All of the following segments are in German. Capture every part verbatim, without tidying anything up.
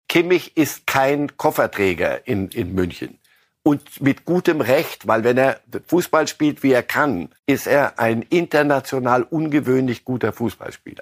Kimmich ist kein Kofferträger in, in München. Und mit gutem Recht, weil wenn er Fußball spielt, wie er kann, ist er ein international ungewöhnlich guter Fußballspieler.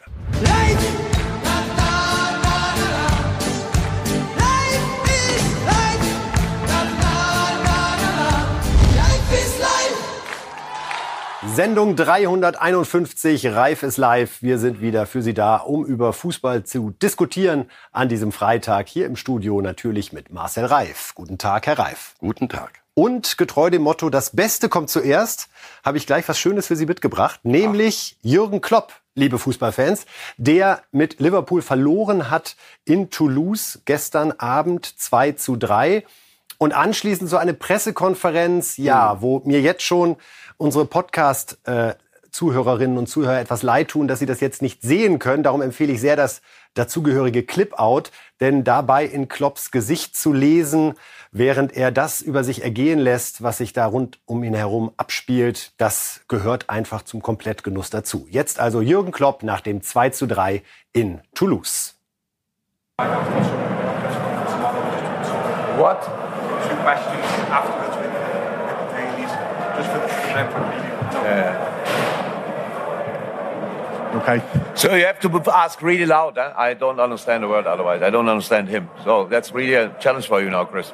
Sendung dreihunderteinundfünfzig, Reif ist live. Wir sind wieder für Sie da, um über Fußball zu diskutieren an diesem Freitag. Hier im Studio natürlich mit Marcel Reif. Guten Tag, Herr Reif. Guten Tag. Und getreu dem Motto, das Beste kommt zuerst, habe ich gleich was Schönes für Sie mitgebracht. Nämlich Jürgen Klopp, liebe Fußballfans, der mit Liverpool verloren hat in Toulouse gestern Abend zwei zu drei. Und anschließend so eine Pressekonferenz, ja, mhm. wo mir jetzt schon unsere Podcast-Zuhörerinnen und Zuhörer etwas leid tun, dass sie das jetzt nicht sehen können. Darum empfehle ich sehr das dazugehörige Clip-Out, denn dabei in Klopps Gesicht zu lesen, während er das über sich ergehen lässt, was sich da rund um ihn herum abspielt, das gehört einfach zum Komplettgenuss dazu. Jetzt also Jürgen Klopp nach dem zwei zu drei in Toulouse. What? Two questions afterwards with Dailies, just for them for me. Yeah. Okay. So you have to ask really loud. Eh? I don't understand the word otherwise. I don't understand him. So that's really a challenge for you now, Chris.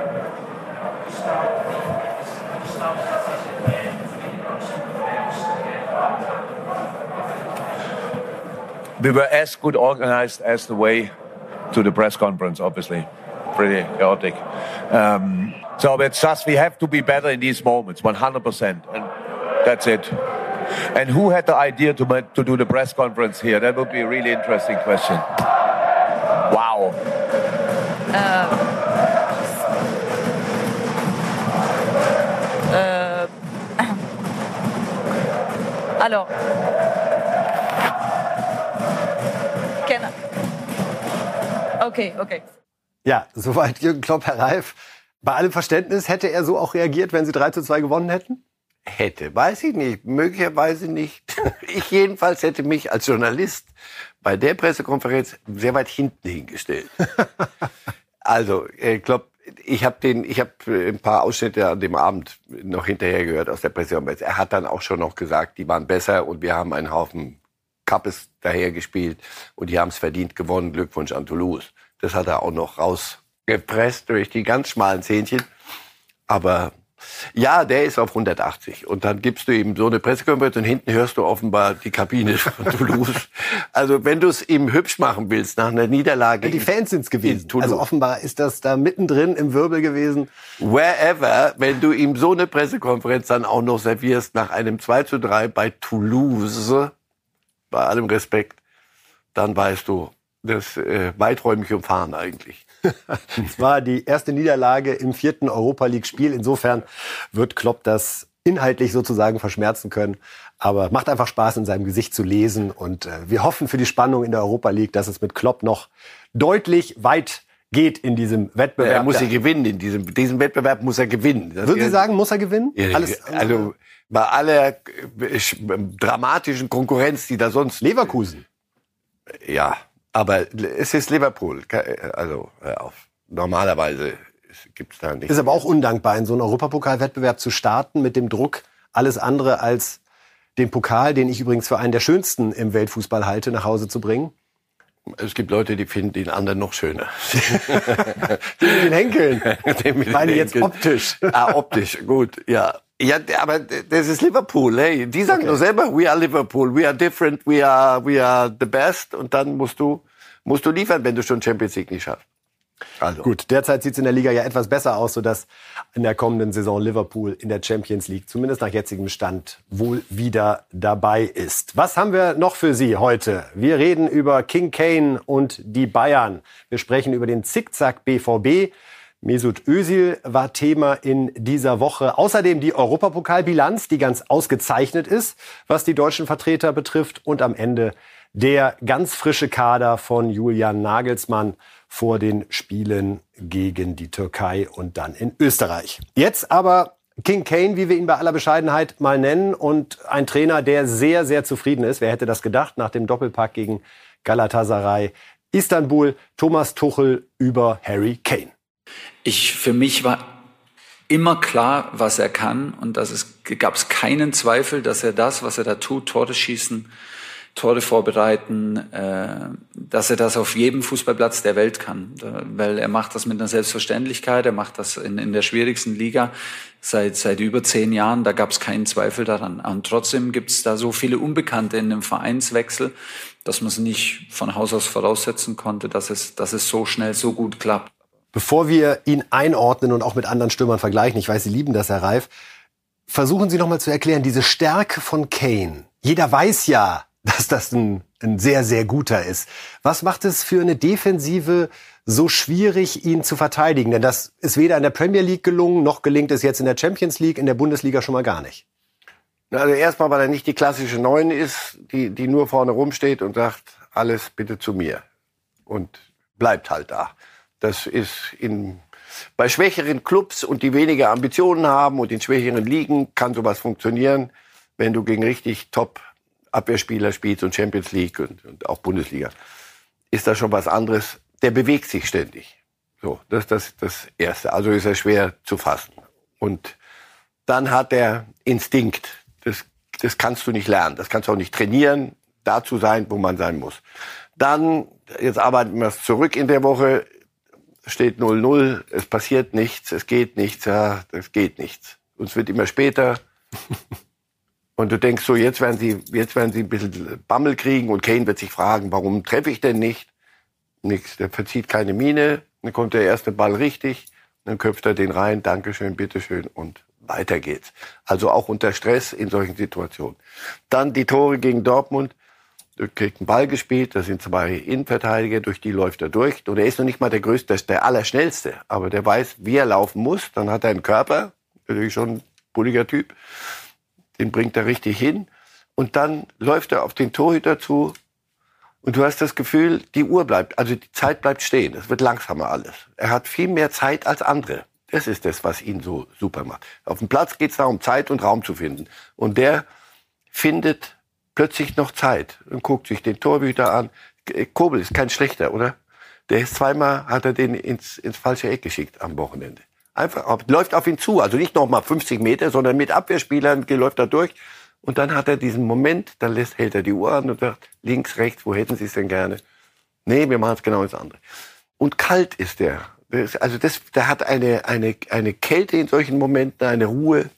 We were as good organized as the way to the press conference, obviously. Pretty chaotic. Um, so it's just we have to be better in these moments, one hundred percent. And that's it. And who had the idea to, to do the press conference here? That would be a really interesting question. Wow. Uh, uh, alors. Can I? Okay, okay. Ja, soweit Jürgen Klopp, Herr Reif. Bei allem Verständnis, hätte er so auch reagiert, wenn Sie drei zu zwei gewonnen hätten? Hätte, weiß ich nicht, möglicherweise nicht. Ich jedenfalls hätte mich als Journalist bei der Pressekonferenz sehr weit hinten hingestellt. Also, ich glaube, ich habe den, ich habe ein paar Ausschnitte an dem Abend noch hinterher gehört aus der Pressekonferenz. Er hat dann auch schon noch gesagt, die waren besser und wir haben einen Haufen Kappes daher gespielt und die haben es verdient gewonnen. Glückwunsch an Toulouse. Das hat er auch noch rausgepresst durch die ganz schmalen Zähnchen. Aber ja, der ist auf hundertachtzig. Und dann gibst du ihm so eine Pressekonferenz und hinten hörst du offenbar die Kabine von Toulouse. Also wenn du es ihm hübsch machen willst nach einer Niederlage. Ja, die Fans sind's gewesen. Also offenbar ist das da mittendrin im Wirbel gewesen. Wherever, wenn du ihm so eine Pressekonferenz dann auch noch servierst nach einem zwei zu drei bei Toulouse, bei allem Respekt, dann weißt du, das äh, weiträumig umfahren eigentlich. Es war die erste Niederlage im vierten Europa-League-Spiel. Insofern wird Klopp das inhaltlich sozusagen verschmerzen können. Aber macht einfach Spaß, in seinem Gesicht zu lesen. Und äh, wir hoffen für die Spannung in der Europa League, dass es mit Klopp noch deutlich weit geht in diesem Wettbewerb. Ja, er muss sie gewinnen. In diesem, diesem Wettbewerb muss er gewinnen. Das Würden Sie sagen, muss er gewinnen? Ja, Alles, also bei aller äh, dramatischen Konkurrenz, die da sonst... Leverkusen. Ja. Aber es ist Liverpool, also hör auf. Normalerweise gibt's da nichts. Ist aber auch undankbar, in so einen Europapokalwettbewerb zu starten mit dem Druck, alles andere als den Pokal, den ich übrigens für einen der schönsten im Weltfußball halte, nach Hause zu bringen. Es gibt Leute, die finden den anderen noch schöner. Den mit den Henkeln. Den mit ich meine den jetzt optisch. Ah, optisch, gut, ja. Ja, aber das ist Liverpool, hey. Die sagen okay. Doch selber, we are Liverpool, we are different, we are, we are the best. Und dann musst du, musst du liefern, wenn du schon Champions League nicht schaffst. Also. Gut, derzeit sieht es in der Liga ja etwas besser aus, sodass in der kommenden Saison Liverpool in der Champions League, zumindest nach jetzigem Stand, wohl wieder dabei ist. Was haben wir noch für Sie heute? Wir reden über King Kane und die Bayern. Wir sprechen über den Zickzack B V B. Mesut Özil war Thema in dieser Woche. Außerdem die Europapokalbilanz, die ganz ausgezeichnet ist, was die deutschen Vertreter betrifft. Und am Ende der ganz frische Kader von Julian Nagelsmann vor den Spielen gegen die Türkei und dann in Österreich. Jetzt aber King Kane, wie wir ihn bei aller Bescheidenheit mal nennen, und ein Trainer, der sehr, sehr zufrieden ist. Wer hätte das gedacht nach dem Doppelpack gegen Galatasaray Istanbul. Thomas Tuchel über Harry Kane. Ich, für mich war immer klar, was er kann. Und das ist, gab es keinen Zweifel, dass er das, was er da tut, Tore schießen, Tore vorbereiten, äh, dass er das auf jedem Fußballplatz der Welt kann. Da, weil er macht das mit einer Selbstverständlichkeit, er macht das in, in der schwierigsten Liga seit seit über zehn Jahren, da gab es keinen Zweifel daran. Und trotzdem gibt es da so viele Unbekannte in dem Vereinswechsel, dass man es nicht von Haus aus voraussetzen konnte, dass es, dass es so schnell, so gut klappt. Bevor wir ihn einordnen und auch mit anderen Stürmern vergleichen, ich weiß, Sie lieben das, Herr Reif, versuchen Sie noch mal zu erklären, diese Stärke von Kane. Jeder weiß ja, dass das ein, ein sehr, sehr guter ist. Was macht es für eine Defensive so schwierig, ihn zu verteidigen? Denn das ist weder in der Premier League gelungen, noch gelingt es jetzt in der Champions League, in der Bundesliga schon mal gar nicht. Also erstmal, weil er nicht die klassische Neun ist, die, die nur vorne rumsteht und sagt, alles bitte zu mir. Und bleibt halt da. Das ist in, bei schwächeren Clubs und die weniger Ambitionen haben und in schwächeren Ligen kann sowas funktionieren, wenn du gegen richtig top Abwehrspieler spielst und Champions League und, und auch Bundesliga, ist das schon was anderes. Der bewegt sich ständig. So, das ist das, das Erste. Also ist er schwer zu fassen. Und dann hat er Instinkt. Das, das kannst du nicht lernen. Das kannst du auch nicht trainieren, da zu sein, wo man sein muss. Dann, jetzt arbeiten wir es zurück in der Woche, steht null null, es passiert nichts, es geht nichts, ja, es geht nichts. Und es wird immer später. Und du denkst so, jetzt werden sie, jetzt werden sie ein bisschen Bammel kriegen und Kane wird sich fragen, warum treffe ich denn nicht? Nix, der verzieht keine Miene, dann kommt der erste Ball richtig, dann köpft er den rein, Dankeschön, bitteschön und weiter geht's. Also auch unter Stress in solchen Situationen. Dann die Tore gegen Dortmund, du kriegst einen Ball gespielt, da sind zwei Innenverteidiger, durch die läuft er durch. Und er ist noch nicht mal der Größte, der ist der Allerschnellste, aber der weiß, wie er laufen muss, dann hat er einen Körper, natürlich schon ein bulliger Typ. Den bringt er richtig hin. Und dann läuft er auf den Torhüter zu. Und du hast das Gefühl, die Uhr bleibt, also die Zeit bleibt stehen. Es wird langsamer alles. Er hat viel mehr Zeit als andere. Das ist das, was ihn so super macht. Auf dem Platz geht es darum, Zeit und Raum zu finden. Und der findet plötzlich noch Zeit und guckt sich den Torhüter an. Kobel ist kein schlechter, oder? Der ist zweimal, hat er den ins, ins falsche Eck geschickt am Wochenende. Einfach, läuft auf ihn zu, also nicht noch mal fünfzig Meter, sondern mit Abwehrspielern läuft er durch. Und dann hat er diesen Moment, dann lässt, hält er die Uhr an und sagt, links, rechts, wo hätten Sie es denn gerne? Nee, wir machen es genau das andere. Und kalt ist der. Also das, der hat eine, eine, eine Kälte in solchen Momenten, eine Ruhe.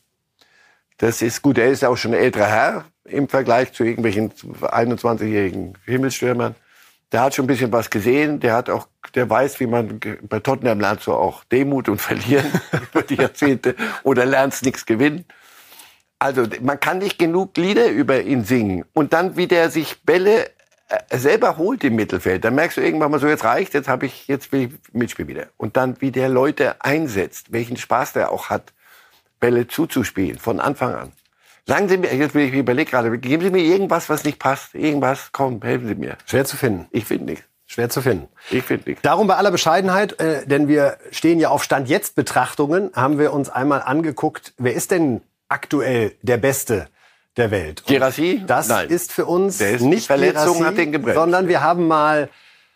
Das ist gut, er ist auch schon ein älterer Herr im Vergleich zu irgendwelchen einundzwanzigjährigen Himmelstürmern. Der hat schon ein bisschen was gesehen, der hat auch, der weiß, wie man, bei Tottenham lernst du auch Demut und Verlieren über die Jahrzehnte oder lernst nichts gewinnen. Also man kann nicht genug Lieder über ihn singen. Und dann, wie der sich Bälle äh, selber holt im Mittelfeld, dann merkst du irgendwann mal so, jetzt reicht, jetzt habe ich, jetzt will ich mitspielen wieder. Und dann, wie der Leute einsetzt, welchen Spaß der auch hat, Bälle zuzuspielen, von Anfang an. Sagen Sie mir, jetzt will ich überlegen gerade, geben Sie mir irgendwas, was nicht passt. Irgendwas, komm, helfen Sie mir. Schwer zu finden. Ich finde nichts. Schwer zu finden. Ich finde nichts. Darum bei aller Bescheidenheit, äh, denn wir stehen ja auf Stand-Jetzt-Betrachtungen, haben wir uns einmal angeguckt, wer ist denn aktuell der Beste der Welt? Girassi? Das Nein. ist für uns Der ist nicht Verletzung Girassi, hat den gebremst. sondern wir haben mal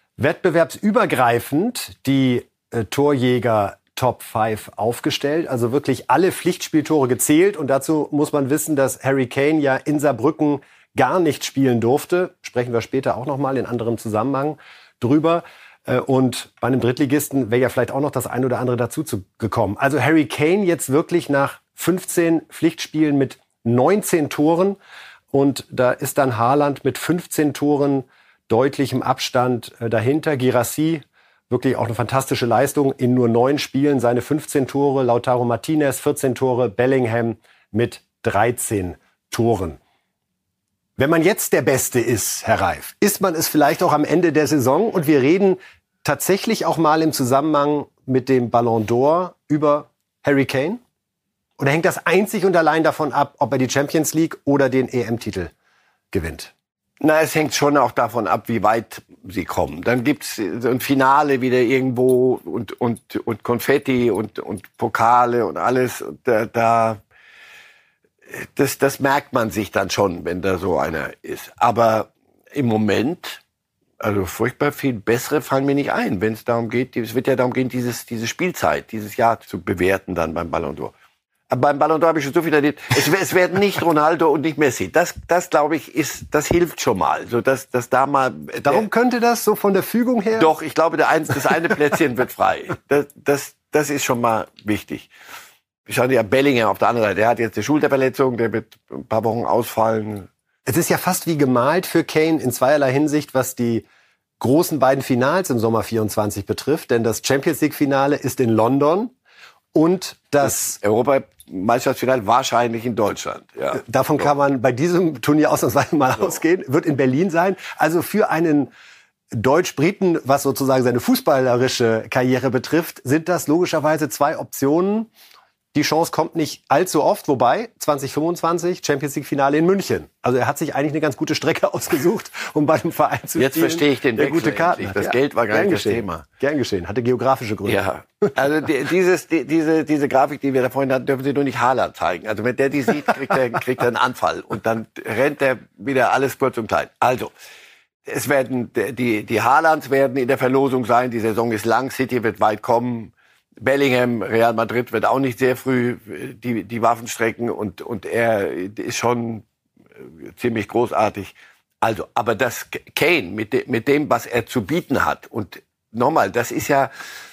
wettbewerbsübergreifend die äh, Torjäger Top fünf aufgestellt, also wirklich alle Pflichtspieltore gezählt. Und dazu muss man wissen, dass Harry Kane ja in Saarbrücken gar nicht spielen durfte. Sprechen wir später auch noch mal in anderem Zusammenhang drüber. Und bei einem Drittligisten wäre ja vielleicht auch noch das ein oder andere dazu zu gekommen. Also Harry Kane jetzt wirklich nach fünfzehn Pflichtspielen mit neunzehn Toren. Und da ist dann Haaland mit fünfzehn Toren deutlichem Abstand dahinter. Girassi, wirklich auch eine fantastische Leistung in nur neun Spielen. Seine fünfzehn Tore, Lautaro Martinez vierzehn Tore, Bellingham mit dreizehn Toren. Wenn man jetzt der Beste ist, Herr Reif, ist man es vielleicht auch am Ende der Saison? Und wir reden tatsächlich auch mal im Zusammenhang mit dem Ballon d'Or über Harry Kane? Oder hängt das einzig und allein davon ab, ob er die Champions League oder den E M-Titel gewinnt? Na, es hängt schon auch davon ab, wie weit sie kommen. Dann gibt's so ein Finale wieder irgendwo und und und Konfetti und und Pokale und alles. Und da, da das das merkt man sich dann schon, wenn da so einer ist. Aber im Moment Also furchtbar viel bessere fallen mir nicht ein, wenn es darum geht, es wird ja darum gehen, dieses, diese Spielzeit, dieses Jahr zu bewerten dann beim Ballon d'Or. Aber beim Ballon d'Or habe ich schon so viel erlebt. Es, es werden nicht Ronaldo und nicht Messi. Das, das glaube ich, ist, das hilft schon mal. So dass, dass da mal. Darum könnte das so von der Fügung her? Doch, ich glaube, der ein, das eine Plätzchen wird frei. Das, das, das ist schon mal wichtig. Ich hatte ja Bellingham auf der anderen Seite. Der hat jetzt eine Schulterverletzung, der wird ein paar Wochen ausfallen. Es ist ja fast wie gemalt für Kane in zweierlei Hinsicht, was die großen beiden Finals im Sommer vierundzwanzig betrifft. Denn das Champions-League-Finale ist in London und das, das Europameisterschaftsfinale wahrscheinlich in Deutschland. Ja. Davon kann man bei diesem Turnier ausnahmsweise mal so ausgehen. Wird in Berlin sein. Also für einen Deutsch-Briten, was sozusagen seine fußballerische Karriere betrifft, sind das logischerweise zwei Optionen. Die Chance kommt nicht allzu oft, wobei zwanzig fünfundzwanzig Champions-League-Finale in München. Also er hat sich eigentlich eine ganz gut Strecke ausgesucht, um bei dem Verein zu Jetzt spielen. Jetzt verstehe ich den der Wechsel gute Karten. Das ja, Geld war gar nicht das Thema. Gern geschehen, hatte geografische Gründe. Ja, also die, dieses, die, diese, diese Grafik, die wir da vorhin hatten, dürfen Sie nur nicht Haaland zeigen. Also wenn der die sieht, kriegt er, kriegt er einen Anfall und dann rennt er wieder alles kurz und klein. Also es werden die, die Haalands werden in der Verlosung sein. Die Saison ist lang, City wird weit kommen. Bellingham, Real Madrid wird auch nicht sehr früh die, die Waffen strecken und, und er ist schon ziemlich großartig. Also, aber das Kane mit, de, mit dem, was er zu bieten hat und nochmal, das ist ja,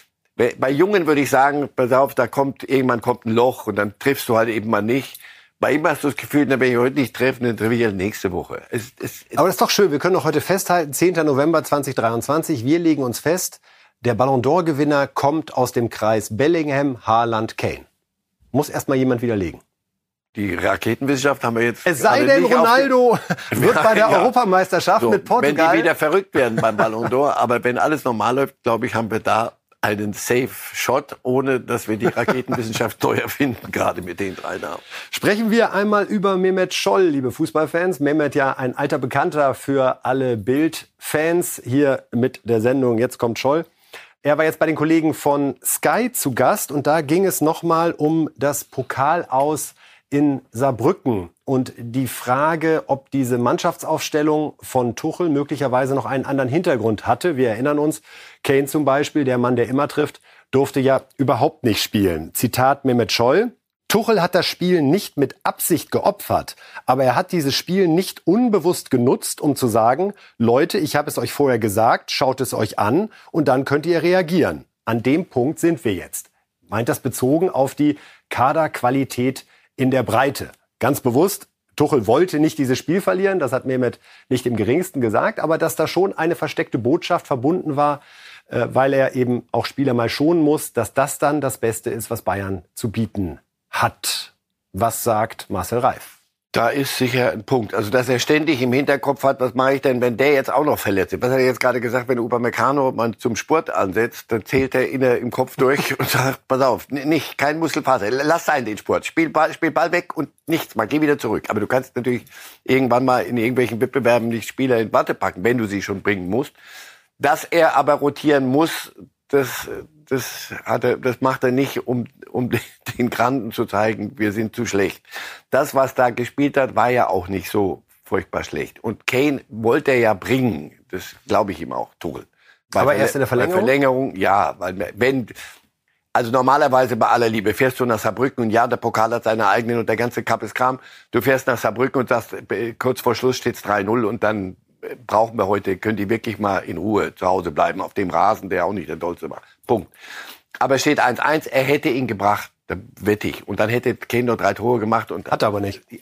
bei Jungen würde ich sagen, pass auf, da kommt, irgendwann kommt ein Loch und dann triffst du halt eben mal nicht. Bei ihm hast du das Gefühl, wenn ich heute nicht treffe, dann treffe ich ja nächste Woche. Es, es, aber das ist doch schön, wir können doch heute festhalten, zehnter November zweitausenddreiundzwanzig, wir legen uns fest, der Ballon d'Or-Gewinner kommt aus dem Kreis Bellingham, Haaland, Kane. Muss erst mal jemand widerlegen. Die Raketenwissenschaft haben wir jetzt. Es sei denn, Ronaldo wird bei der ja. Europameisterschaft so, mit Portugal. Wenn die wieder verrückt werden beim Ballon d'Or, aber wenn alles normal läuft, glaube ich, haben wir da einen Safe-Shot, ohne dass wir die Raketenwissenschaft neu erfinden, gerade mit den drei Namen. Sprechen wir einmal über Mehmet Scholl, liebe Fußballfans. Mehmet ja ein alter Bekannter für alle Bild-Fans hier mit der Sendung Jetzt kommt Scholl. Er war jetzt bei den Kollegen von Sky zu Gast und da ging es nochmal um das Pokalaus in Saarbrücken und die Frage, ob diese Mannschaftsaufstellung von Tuchel möglicherweise noch einen anderen Hintergrund hatte. Wir erinnern uns, Kane zum Beispiel, der Mann, der immer trifft, durfte ja überhaupt nicht spielen. Zitat Mehmet Scholl: Tuchel hat das Spiel nicht mit Absicht geopfert, aber er hat dieses Spiel nicht unbewusst genutzt, um zu sagen, Leute, ich habe es euch vorher gesagt, schaut es euch an und dann könnt ihr reagieren. An dem Punkt sind wir jetzt. Meint das bezogen auf die Kaderqualität in der Breite. Ganz bewusst, Tuchel wollte nicht dieses Spiel verlieren, das hat Mehmet nicht im geringsten gesagt, aber dass da schon eine versteckte Botschaft verbunden war, äh, weil er eben auch Spieler mal schonen muss, dass das dann das Beste ist, was Bayern zu bieten hat. Was sagt Marcel Reif? Da ist sicher ein Punkt. Also, dass er ständig im Hinterkopf hat, was mache ich denn, wenn der jetzt auch noch verletzt ist? Was hat er jetzt gerade gesagt, wenn Upamecano man zum Sport ansetzt, dann zählt er in, im Kopf durch und sagt, pass auf, nicht, kein Muskelfaser, lass sein den Sport, spiel Ball, spiel Ball weg und nichts, mal geh wieder zurück. Aber du kannst natürlich irgendwann mal in irgendwelchen Wettbewerben nicht Spieler in Watte packen, wenn du sie schon bringen musst. Dass er aber rotieren muss, das, das, hat er, das macht er nicht, um, um den Granden zu zeigen, wir sind zu schlecht. Das, was da gespielt hat, war ja auch nicht so furchtbar schlecht. Und Kane wollte er ja bringen, das glaube ich ihm auch, Tuchel. Bei Aber erst in der Verlängerung? Bei Verlängerung, ja. Weil wenn, also normalerweise bei aller Liebe fährst du nach Saarbrücken und ja, der Pokal hat seine eigenen und der ganze Cup ist Kram. Du fährst nach Saarbrücken und sagst, kurz vor Schluss steht's drei null und dann brauchen wir heute, können die wirklich mal in Ruhe zu Hause bleiben, auf dem Rasen, der auch nicht der dollste war. Punkt. Aber es steht eins eins, er hätte ihn gebracht, da wette ich. Und dann hätte Kane noch drei Tore gemacht. Und hat er aber nicht.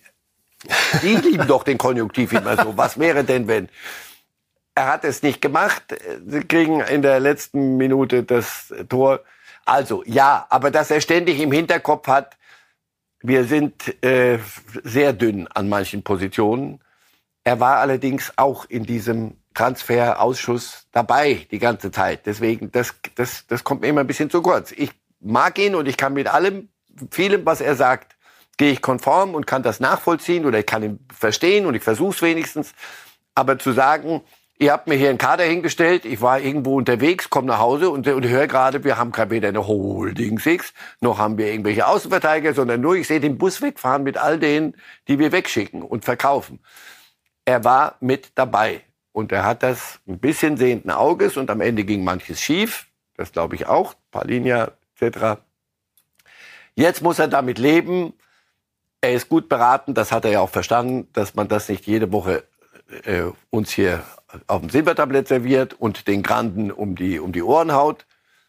Die lieben doch den Konjunktiv immer so. Was wäre denn, wenn? Er hat es nicht gemacht. Sie kriegen in der letzten Minute das Tor. Also, ja, aber dass er ständig im Hinterkopf hat, wir sind äh, sehr dünn an manchen Positionen. Er war allerdings auch in diesem Transferausschuss dabei die ganze Zeit. Deswegen, das, das, das kommt mir immer ein bisschen zu kurz. Ich mag ihn und ich kann mit allem, vielem, was er sagt, gehe ich konform und kann das nachvollziehen oder ich kann ihn verstehen und ich versuche es wenigstens. Aber zu sagen, ihr habt mir hier einen Kader hingestellt, ich war irgendwo unterwegs, komme nach Hause und, und höre gerade, wir haben keine weder eine Holding Six, noch haben wir irgendwelche Außenverteidiger, sondern nur, ich sehe den Bus wegfahren mit all denen, die wir wegschicken und verkaufen. Er war mit dabei. Und er hat das ein bisschen sehenden Auges und am Ende ging manches schief. Das glaube ich auch. Palinja et cetera. Jetzt muss er damit leben. Er ist gut beraten, das hat er ja auch verstanden, dass man das nicht jede Woche äh, uns hier auf dem Silbertablett serviert und den Granden um die, um die Ohren haut.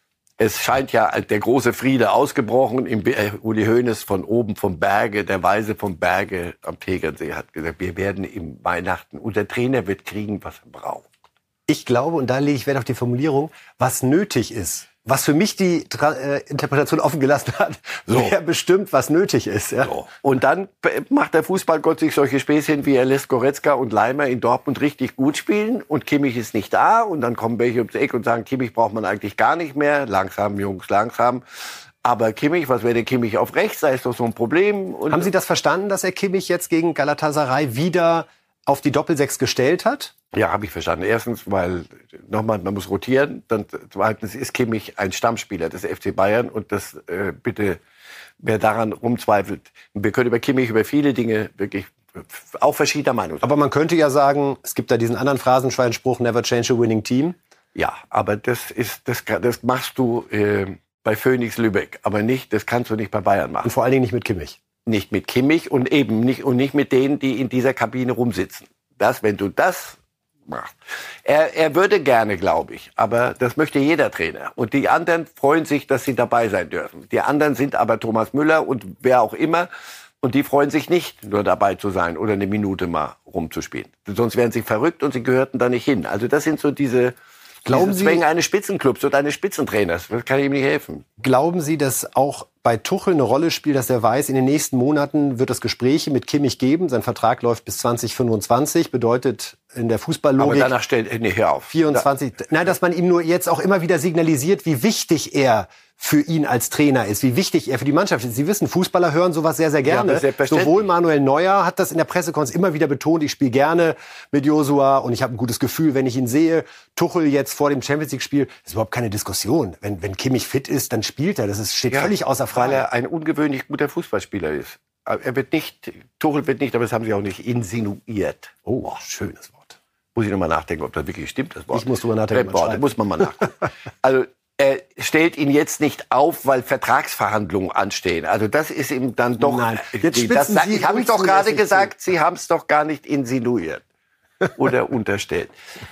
Es scheint ja der große Friede ausgebrochen. Im, äh, Uli Hoeneß von oben vom Berge, der Weise vom Berge am Tegernsee hat gesagt, wir werden im Weihnachten, und der Trainer wird kriegen, was er braucht. Ich glaube, und da lege ich Wert auf die Formulierung, was nötig ist. Was für mich die Tra- äh, Interpretation offen gelassen hat, So. wer bestimmt, was nötig ist. Ja. So. Und dann macht der Fußballgott sich solche Späßchen, wie er lässt Goretzka und Leimer in Dortmund richtig gut spielen und Kimmich ist nicht da und dann kommen welche ums Eck und sagen, Kimmich braucht man eigentlich gar nicht mehr. Langsam, Jungs, langsam. Aber Kimmich, was wäre der Kimmich auf rechts? Da ist doch so ein Problem. Und Haben Sie das verstanden, dass er Kimmich jetzt gegen Galatasaray wieder auf die Doppelsechs gestellt hat? Ja, habe ich verstanden. Erstens, weil, nochmal, man muss rotieren. Dann zweitens ist Kimmich ein Stammspieler des F C Bayern. Und das, äh, bitte, wer daran rumzweifelt. Wir können über Kimmich, über viele Dinge wirklich auch verschiedener Meinung sein. Aber man könnte ja sagen, es gibt da diesen anderen Phrasenschweinspruch, never change a winning team. Ja, aber das ist, das, das machst du äh, bei Phoenix Lübeck. Aber nicht, das kannst du nicht bei Bayern machen. Und vor allen Dingen nicht mit Kimmich. Nicht mit Kimmich und eben nicht, und nicht mit denen, die in dieser Kabine rumsitzen. Das, wenn du das machst. Er, er würde gerne, glaube ich, aber das möchte jeder Trainer. Und die anderen freuen sich, dass sie dabei sein dürfen. Die anderen sind aber Thomas Müller und wer auch immer. Und die freuen sich nicht, nur dabei zu sein oder eine Minute mal rumzuspielen. Sonst wären sie verrückt und sie gehörten da nicht hin. Also das sind so diese, Glauben diese Sie- Zwänge eines Spitzenclubs und eines Spitzentrainers. Das kann ihm nicht helfen. Glauben Sie, dass auch bei Tuchel eine Rolle spielt, dass er weiß, in den nächsten Monaten wird es Gespräche mit Kimmich geben. Sein Vertrag läuft bis zwanzig fünfundzwanzig, bedeutet in der Aber Fußballlogik danach stellt, nee, hör auf. vierundzwanzig. Nein, dass man ihm nur jetzt auch immer wieder signalisiert, wie wichtig er für ihn als Trainer ist, wie wichtig er für die Mannschaft ist. Sie wissen, Fußballer hören sowas sehr, sehr gerne. Ja, aber selbstverständlich. Sowohl Manuel Neuer hat das in der Pressekonferenz immer wieder betont, ich spiele gerne mit Josua und ich habe ein gutes Gefühl, wenn ich ihn sehe. Tuchel jetzt vor dem Champions-League-Spiel, das ist überhaupt keine Diskussion. Wenn, wenn Kimmich fit ist, dann spielt er. Das ist, steht Ja, völlig außer Frage. Weil er ein ungewöhnlich guter Fußballspieler ist. Er wird nicht, Tuchel wird nicht, aber das haben sie auch nicht insinuiert. Oh, schönes Wort. Muss ich noch mal nachdenken, ob das wirklich stimmt, das Wort. Ich muss drüber nachdenken, Das Wort, man schreibt. muss man mal nachdenken. Also, er stellt ihn jetzt nicht auf, weil Vertragsverhandlungen anstehen. Also das ist ihm dann doch... Nein, jetzt die- das spitzen Sie ich habe ruhig ich doch zu, gerade dass ich gesagt, Sie haben es doch gar nicht insinuiert oder unterstellt.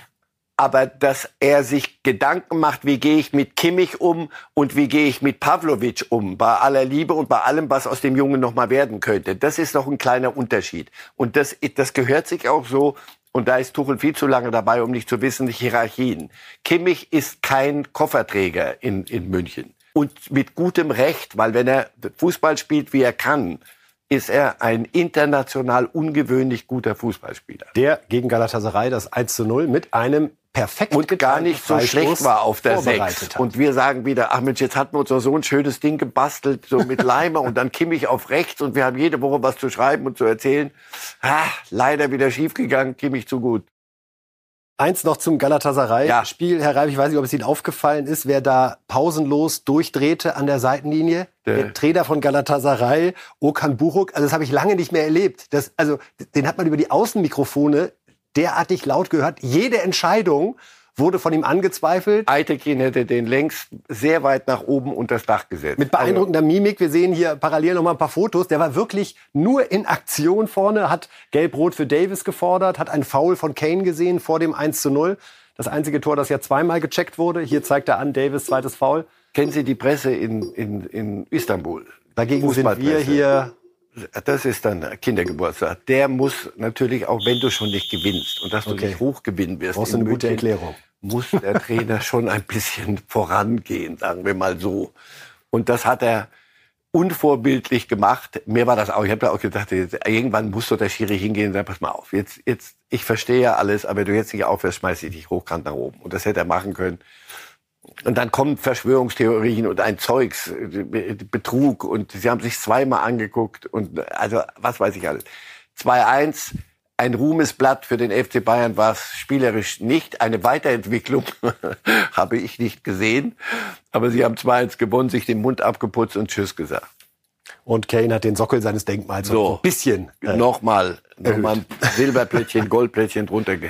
Aber dass er sich Gedanken macht, wie gehe ich mit Kimmich um und wie gehe ich mit Pavlovic um, bei aller Liebe und bei allem, was aus dem Jungen noch mal werden könnte, das ist noch ein kleiner Unterschied. Und das, das gehört sich auch so. Und da ist Tuchel viel zu lange dabei, um nicht zu wissen, die Hierarchien. Kimmich ist kein Kofferträger in, in München. Und mit gutem Recht, weil wenn er Fußball spielt, wie er kann, ist er ein international ungewöhnlich guter Fußballspieler. Der gegen Galatasaray das eins zu null mit einem perfekt Und gar getimten nicht so Freistoß schlecht war auf der vorbereitet sechs. hat. Und wir sagen wieder, ach Mensch, jetzt hatten wir uns doch so ein schönes Ding gebastelt, so mit Leimer und dann Kimmich auf rechts und wir haben jede Woche was zu schreiben und zu erzählen. Ah, leider wieder schiefgegangen, Kimmich zu gut. Eins noch zum Galatasaray-Spiel. Ja. Herr Reif, ich weiß nicht, ob es Ihnen aufgefallen ist, wer da pausenlos durchdrehte an der Seitenlinie. Der, Der- Trainer von Galatasaray, Okan Buruk. Also das habe ich lange nicht mehr erlebt. Das, also den hat man über die Außenmikrofone derartig laut gehört. Jede Entscheidung wurde von ihm angezweifelt. Eitekin hätte den längst sehr weit nach oben unter das Dach gesetzt. Mit beeindruckender Mimik. Wir sehen hier parallel noch mal ein paar Fotos. Der war wirklich nur in Aktion vorne, hat Gelb-Rot für Davis gefordert, hat einen Foul von Kane gesehen vor dem eins zu null. Das einzige Tor, das ja zweimal gecheckt wurde. Hier zeigt er an, Davis, zweites Foul. Kennen Sie die Presse in, in, in Istanbul? Dagegen sind wir Fußballpresse. hier. Das ist dann Kindergeburtstag. Der muss natürlich, auch wenn du schon nicht gewinnst und dass du Okay. nicht hoch gewinnen wirst, Brauchst du in eine gute München, Erklärung. muss der Trainer schon ein bisschen vorangehen, sagen wir mal so. Und das hat er unvorbildlich gemacht. Mir war das auch, ich habe da auch gedacht, irgendwann muss doch der Schiri hingehen und sagen, pass mal auf, jetzt, jetzt, ich verstehe ja alles, aber wenn du jetzt nicht aufhörst, schmeiß ich dich hochkant nach oben. Und das hätte er machen können. Und dann kommen Verschwörungstheorien und ein Zeugs, Betrug und sie haben sich zweimal angeguckt und also was weiß ich alles. zwei eins, ein Ruhmesblatt für den F C Bayern war es spielerisch nicht. Eine Weiterentwicklung habe ich nicht gesehen. Aber sie haben zwei eins gewonnen, sich den Mund abgeputzt und Tschüss gesagt. Und Kane hat den Sockel seines Denkmals So. ein bisschen. Äh, Nochmal, nochmal ein Silberplättchen, Goldplättchen drunter gehängt.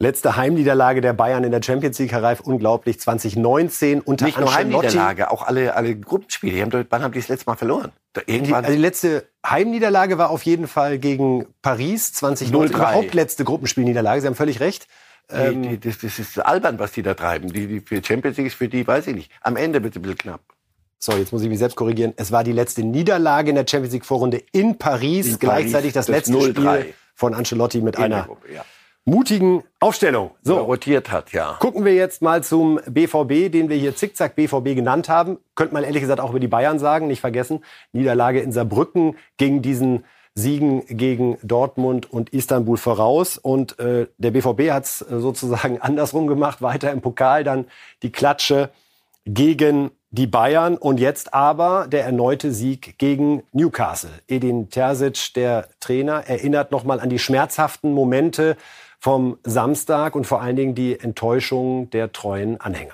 Letzte Heimniederlage der Bayern in der Champions League, Herr Reif, unglaublich. zwanzig neunzehn unter Nicht nur Ancelotti. Heimniederlage, auch alle, alle Gruppenspiele. Die haben, doch- wann haben die das letzte Mal verloren? Da Die, irgendwann also die letzte Heimniederlage war auf jeden Fall gegen Paris zwanzig neunzehn. null drei. Überhaupt letzte Gruppenspielniederlage. Sie haben völlig recht. Ähm, die, die, das, das ist albern, was die da treiben. Die, die für Champions League ist für die, weiß ich nicht. Am Ende wird es ein bisschen knapp. So, jetzt muss ich mich selbst korrigieren. Es war die letzte Niederlage in der Champions League Vorrunde in Paris. In Gleichzeitig Paris, das das letzte null drei. Spiel von Ancelotti mit In der einer Gruppe, ja. mutigen Aufstellung. So. So, Rotiert hat, ja. gucken wir jetzt mal zum B V B, den wir hier Zickzack B V B genannt haben. Könnte man ehrlich gesagt auch über die Bayern sagen, nicht vergessen. Niederlage in Saarbrücken gegen diesen Siegen gegen Dortmund und Istanbul voraus. Und äh, der B V B hat es äh, sozusagen andersrum gemacht. Weiter im Pokal dann die Klatsche gegen die Bayern. Und jetzt aber der erneute Sieg gegen Newcastle. Edin Terzic, der Trainer, erinnert nochmal an die schmerzhaften Momente vom Samstag und vor allen Dingen die Enttäuschung der treuen Anhänger.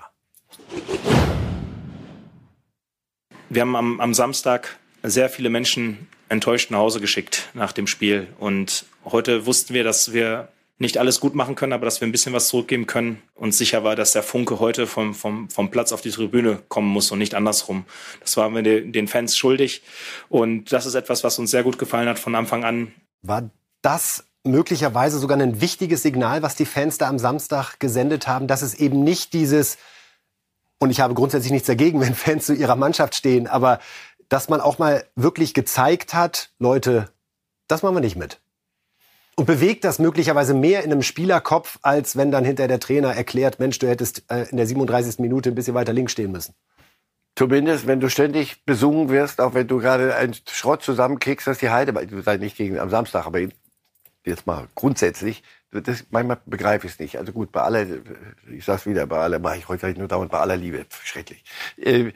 Wir haben am, am Samstag sehr viele Menschen enttäuscht nach Hause geschickt nach dem Spiel. Und heute wussten wir, dass wir nicht alles gut machen können, aber dass wir ein bisschen was zurückgeben können. Und sicher war, dass der Funke heute vom, vom, vom Platz auf die Tribüne kommen muss und nicht andersrum. Das waren wir de, den Fans schuldig. Und das ist etwas, was uns sehr gut gefallen hat von Anfang an. War das möglicherweise sogar ein wichtiges Signal, was die Fans da am Samstag gesendet haben, dass es eben nicht dieses, und ich habe grundsätzlich nichts dagegen, wenn Fans zu ihrer Mannschaft stehen, aber dass man auch mal wirklich gezeigt hat, Leute, das machen wir nicht mit. Und bewegt das möglicherweise mehr in einem Spielerkopf, als wenn dann hinter der Trainer erklärt, Mensch, du hättest äh, in der siebenunddreißigsten Minute ein bisschen weiter links stehen müssen. Zumindest, wenn du ständig besungen wirst, auch wenn du gerade einen Schrott zusammenkriegst, dass die Heide, du sei nicht gegen am Samstag, aber jetzt mal grundsätzlich, das, manchmal begreife ich es nicht. Also gut, bei aller, ich sag's wieder, bei aller, mache ich heute nur dauernd, bei aller Liebe, schrecklich. Äh,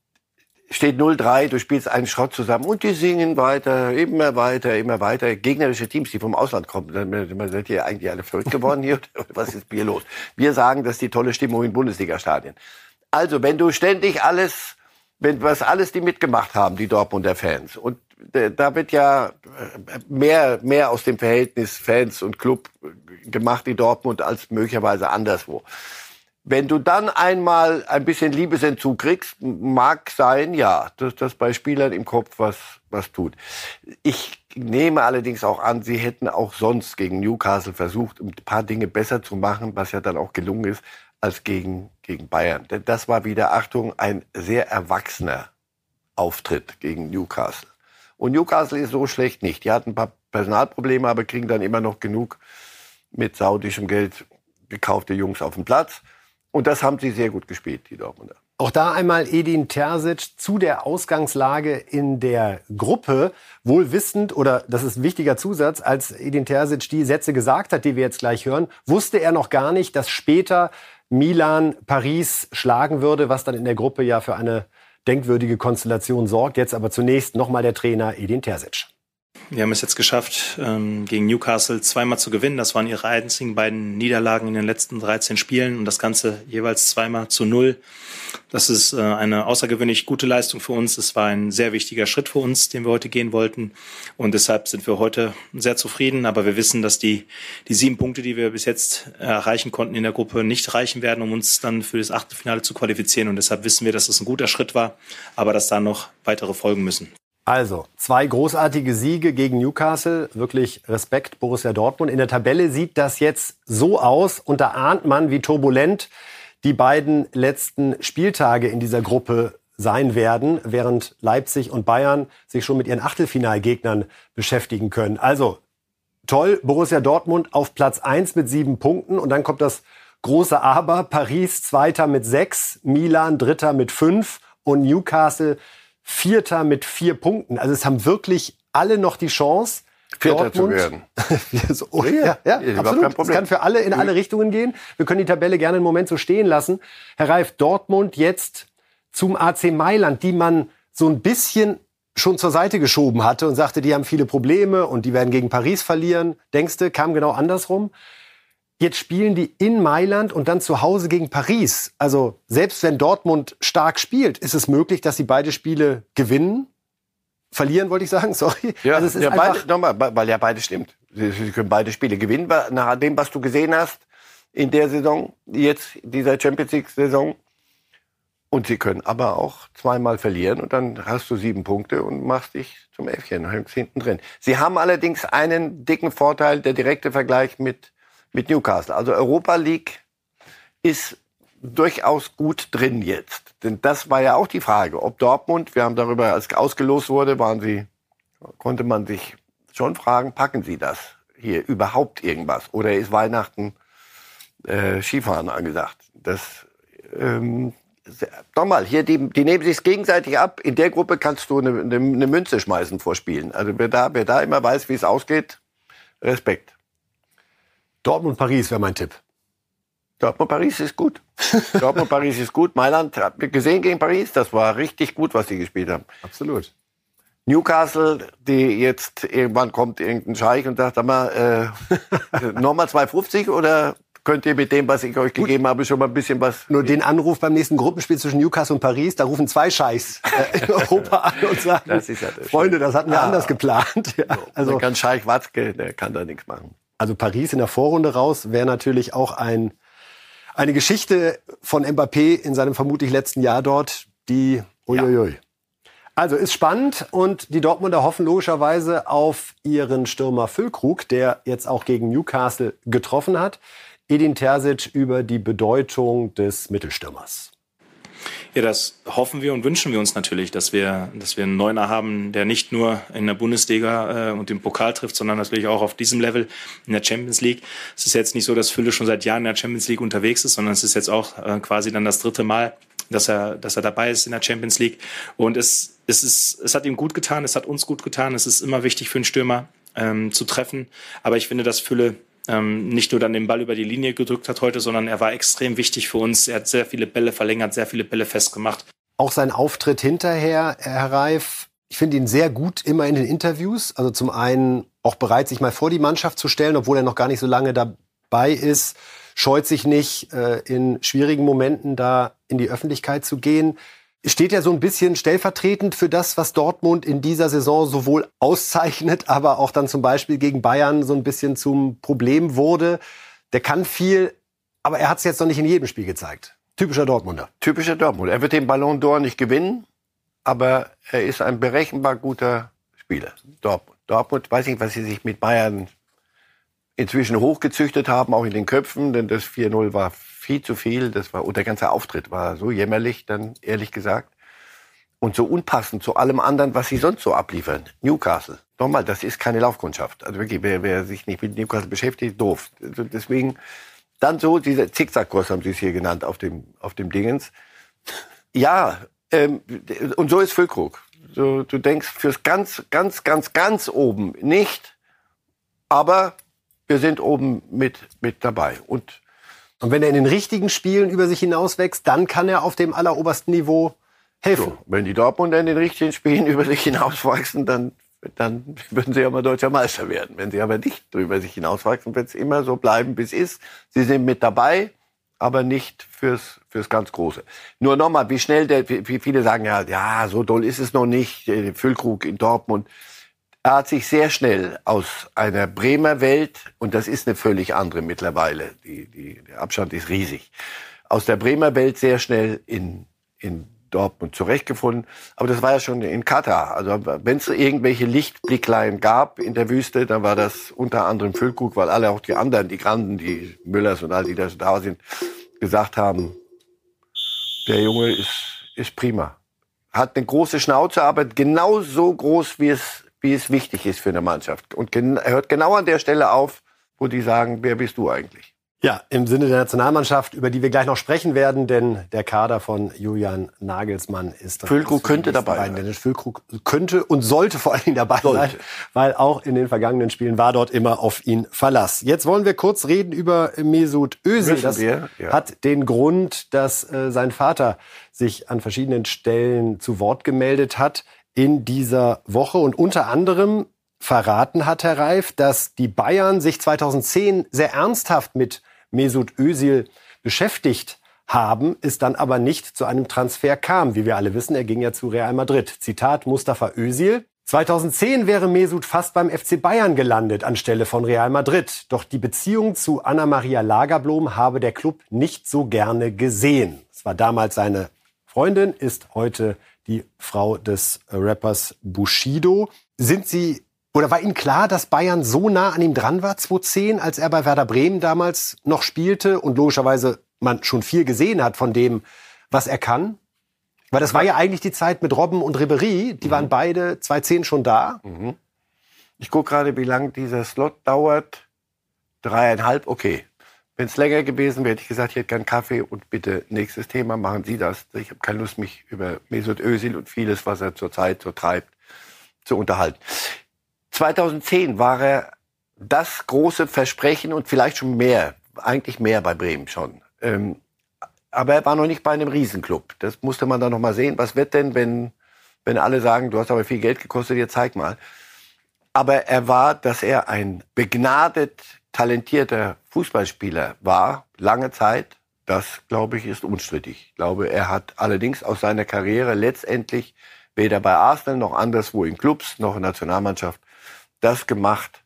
steht null drei, du spielst einen Schrott zusammen und die singen weiter, immer weiter, immer weiter. Gegnerische Teams, die vom Ausland kommen, dann seid ihr eigentlich alle verrückt geworden hier. Was ist hier los? Wir sagen, das ist die tolle Stimmung in Bundesliga-Stadien. Also, wenn du ständig alles, wenn was alles die mitgemacht haben, die Dortmunder Fans, und da wird ja mehr, mehr aus dem Verhältnis Fans und Club gemacht in Dortmund als möglicherweise anderswo. Wenn du dann einmal ein bisschen Liebesentzug kriegst, mag sein, ja, dass das bei Spielern im Kopf was, was tut. Ich nehme allerdings auch an, sie hätten auch sonst gegen Newcastle versucht, ein paar Dinge besser zu machen, was ja dann auch gelungen ist, als gegen, gegen Bayern. Denn das war wieder, Achtung, ein sehr erwachsener Auftritt gegen Newcastle. Und Newcastle ist so schlecht nicht. Die hatten ein paar Personalprobleme, aber kriegen dann immer noch genug mit saudischem Geld gekaufte Jungs auf den Platz. Und das haben sie sehr gut gespielt, die Dortmunder. Auch da einmal Edin Terzic zu der Ausgangslage in der Gruppe. Wohl wissend, oder das ist ein wichtiger Zusatz, als Edin Terzic die Sätze gesagt hat, die wir jetzt gleich hören, wusste er noch gar nicht, dass später Milan Paris schlagen würde, was dann in der Gruppe ja für eine denkwürdige Konstellation sorgt. Jetzt aber zunächst nochmal der Trainer Edin Terzic. Wir haben es jetzt geschafft, ähm, gegen Newcastle zweimal zu gewinnen. Das waren ihre einzigen beiden Niederlagen in den letzten dreizehn Spielen und das Ganze jeweils zweimal zu null. Das ist äh, eine außergewöhnlich gute Leistung für uns. Es war ein sehr wichtiger Schritt für uns, den wir heute gehen wollten. Und deshalb sind wir heute sehr zufrieden. Aber wir wissen, dass die, die sieben Punkte, die wir bis jetzt erreichen konnten in der Gruppe, nicht reichen werden, um uns dann für das Achtelfinale zu qualifizieren. Und deshalb wissen wir, dass es ein guter Schritt war, aber dass da noch weitere folgen müssen. Also, zwei großartige Siege gegen Newcastle. Wirklich Respekt, Borussia Dortmund. In der Tabelle sieht das jetzt so aus. Und da ahnt man, wie turbulent die beiden letzten Spieltage in dieser Gruppe sein werden, während Leipzig und Bayern sich schon mit ihren Achtelfinalgegnern beschäftigen können. Also, toll, Borussia Dortmund auf Platz eins mit sieben Punkten. Und dann kommt das große Aber. Paris Zweiter mit sechs, Milan Dritter mit fünf und Newcastle Vierter mit vier Punkten. Also es haben wirklich alle noch die Chance, Vierter Dortmund, zu werden. so, oh, ja, ja, ja, absolut. Es kann für alle in alle Richtungen gehen. Wir können die Tabelle gerne einen Moment so stehen lassen. Herr Reif, Dortmund jetzt zum A C Mailand, die man so ein bisschen schon zur Seite geschoben hatte und sagte, die haben viele Probleme und die werden gegen Paris verlieren. Denkst du, kam genau andersrum? Jetzt spielen die in Mailand und dann zu Hause gegen Paris. Also selbst wenn Dortmund stark spielt, ist es möglich, dass sie beide Spiele gewinnen. Verlieren, wollte ich sagen, sorry. Ja, also es ist ja einfach beide, nochmal, weil ja beide stimmt. Sie, sie können beide Spiele gewinnen. Nach dem, was du gesehen hast, in der Saison, jetzt dieser Champions League-Saison. Und sie können aber auch zweimal verlieren und dann hast du sieben Punkte und machst dich zum Äffchen hinten drin. Sie haben allerdings einen dicken Vorteil, der direkte Vergleich mit, mit Newcastle. Also Europa League ist durchaus gut drin jetzt. Denn das war ja auch die Frage, ob Dortmund, wir haben darüber, als ausgelost wurde, waren sie, konnte man sich schon fragen, packen sie das hier überhaupt irgendwas? Oder ist Weihnachten äh, Skifahren angesagt? Das, ähm, nochmal, hier, die, die nehmen sich gegenseitig ab. In der Gruppe kannst du eine, eine, eine Münze schmeißen vor Spielen. Also wer da, wer da immer weiß, wie es ausgeht, Respekt. Dortmund-Paris wäre mein Tipp. Dortmund-Paris ist gut. Dortmund-Paris ist gut. Mailand, habt ihr gesehen gegen Paris? Das war richtig gut, was die gespielt haben. Absolut. Newcastle, die jetzt, irgendwann kommt irgendein Scheich und sagt, sag mal, äh, nochmal zwei fünfzig oder könnt ihr mit dem, was ich euch gegeben habe, schon mal ein bisschen was... Nur den Anruf beim nächsten Gruppenspiel zwischen Newcastle und Paris, da rufen zwei Scheichs äh, in Europa an und sagen, das ist ja das Freunde, das hatten wir ah, anders geplant. Ja, also dann kann Scheich Watzke, der kann da nichts machen. Also Paris in der Vorrunde raus wäre natürlich auch ein, eine Geschichte von Mbappé in seinem vermutlich letzten Jahr dort, die... Uiuiui. Ja. Also ist spannend und die Dortmunder hoffen logischerweise auf ihren Stürmer Füllkrug, der jetzt auch gegen Newcastle getroffen hat. Edin Terzic über die Bedeutung des Mittelstürmers. Ja, das hoffen wir und wünschen wir uns natürlich, dass wir, dass wir einen Neuner haben, der nicht nur in der Bundesliga äh, und im Pokal trifft, sondern natürlich auch auf diesem Level in der Champions League. Es ist jetzt nicht so, dass Fülle schon seit Jahren in der Champions League unterwegs ist, sondern es ist jetzt auch äh, quasi dann das dritte Mal, dass er, dass er dabei ist in der Champions League. Und es, es ist, es hat ihm gut getan, es hat uns gut getan. Es ist immer wichtig für einen Stürmer ähm, zu treffen. Aber ich finde, dass Fülle ähm, nicht nur dann den Ball über die Linie gedrückt hat heute, sondern er war extrem wichtig für uns. Er hat sehr viele Bälle verlängert, sehr viele Bälle festgemacht. Auch sein Auftritt hinterher, Herr Reif, ich finde ihn sehr gut immer in den Interviews. Also zum einen auch bereit, sich mal vor die Mannschaft zu stellen, obwohl er noch gar nicht so lange dabei ist. Scheut sich nicht, äh, in schwierigen Momenten da in die Öffentlichkeit zu gehen. Steht ja so ein bisschen stellvertretend für das, was Dortmund in dieser Saison sowohl auszeichnet, aber auch dann zum Beispiel gegen Bayern so ein bisschen zum Problem wurde. Der kann viel, aber er hat es jetzt noch nicht in jedem Spiel gezeigt. Typischer Dortmunder. Typischer Dortmunder. Er wird den Ballon d'Or nicht gewinnen, aber er ist ein berechenbar guter Spieler. Dortmund. Dortmund, weiß nicht, was sie sich mit Bayern inzwischen hochgezüchtet haben, auch in den Köpfen, denn das vier null war viel zu viel. Das war, und der ganze Auftritt war so jämmerlich, dann ehrlich gesagt. Und so unpassend zu allem anderen, was sie sonst so abliefern. Newcastle. Nochmal, das ist keine Laufkundschaft. Also wirklich, wer, wer sich nicht mit Newcastle beschäftigt, doof. Also deswegen, dann so, dieser Zickzackkurs haben sie es hier genannt, auf dem, auf dem Dingens. Ja, ähm, und so ist Füllkrug. So, du denkst fürs ganz, ganz, ganz, ganz oben nicht, aber wir sind oben mit, mit dabei. Und Und wenn er in den richtigen Spielen über sich hinauswächst, dann kann er auf dem allerobersten Niveau helfen. So, wenn die Dortmunder in den richtigen Spielen über sich hinauswachsen, dann, dann würden sie ja mal deutscher Meister werden. Wenn sie aber nicht über sich hinauswachsen, wird es immer so bleiben, wie es ist. Sie sind mit dabei, aber nicht fürs, fürs ganz Große. Nur nochmal, wie schnell der, wie viele sagen ja, ja, so doll ist es noch nicht, Füllkrug in Dortmund. Er hat sich sehr schnell aus einer Bremer Welt, und das ist eine völlig andere mittlerweile, die, die, der Abstand ist riesig, aus der Bremer Welt sehr schnell in, in Dortmund zurechtgefunden. Aber das war ja schon in Katar. Also wenn es irgendwelche Lichtblicklein gab in der Wüste, dann war das unter anderem Füllkrug, weil alle auch die anderen, die Granden, die Müllers und all die, die da sind, gesagt haben, der Junge ist, ist prima. Hat eine große Schnauze, aber genau so groß, wie es wie es wichtig ist für eine Mannschaft. Und er hört genau an der Stelle auf, wo die sagen, wer bist du eigentlich? Ja, im Sinne der Nationalmannschaft, über die wir gleich noch sprechen werden, denn der Kader von Julian Nagelsmann ist... Füllkrug könnte dabei sein. Dennis Füllkrug könnte und sollte vor allen Dingen dabei sollte. sein, weil auch in den vergangenen Spielen war dort immer auf ihn Verlass. Jetzt wollen wir kurz reden über Mesut Özil. Das wir, ja. hat den Grund, dass äh, sein Vater sich an verschiedenen Stellen zu Wort gemeldet hat in dieser Woche und unter anderem verraten hat, Herr Reif, dass die Bayern sich zweitausendzehn sehr ernsthaft mit Mesut Özil beschäftigt haben, es dann aber nicht zu einem Transfer kam. Wie wir alle wissen, er ging ja zu Real Madrid. Zitat Mustafa Özil: zweitausendzehn wäre Mesut fast beim F C Bayern gelandet anstelle von Real Madrid. Doch die Beziehung zu Anna-Maria Lagerblom habe der Club nicht so gerne gesehen. Es war damals seine Freundin, ist heute die Frau des Rappers Bushido. Sind Sie, oder war Ihnen klar, dass Bayern so nah an ihm dran war zweitausendzehn, als er bei Werder Bremen damals noch spielte und logischerweise man schon viel gesehen hat von dem, was er kann? Weil das war ja eigentlich die Zeit mit Robben und Ribéry. Die waren beide zweitausendzehn schon da. Mhm. Ich gucke gerade, wie lang dieser Slot dauert. Dreieinhalb, okay. Wenn es länger gewesen wäre, hätte ich gesagt, ich hätte gern Kaffee und bitte nächstes Thema, machen Sie das. Ich habe keine Lust, mich über Mesut Özil und vieles, was er zurzeit so treibt, zu unterhalten. zweitausendzehn war er das große Versprechen und vielleicht schon mehr, eigentlich mehr bei Bremen schon. Ähm, Aber er war noch nicht bei einem Riesenclub. Das musste man dann noch mal sehen. Was wird denn, wenn, wenn alle sagen, du hast aber viel Geld gekostet, jetzt zeig mal. Aber er war, dass er ein begnadet, talentierter Fußballspieler war, lange Zeit, das, glaube ich, ist unstrittig. Ich glaube, er hat allerdings aus seiner Karriere letztendlich weder bei Arsenal noch anderswo in Clubs noch in der Nationalmannschaft das gemacht,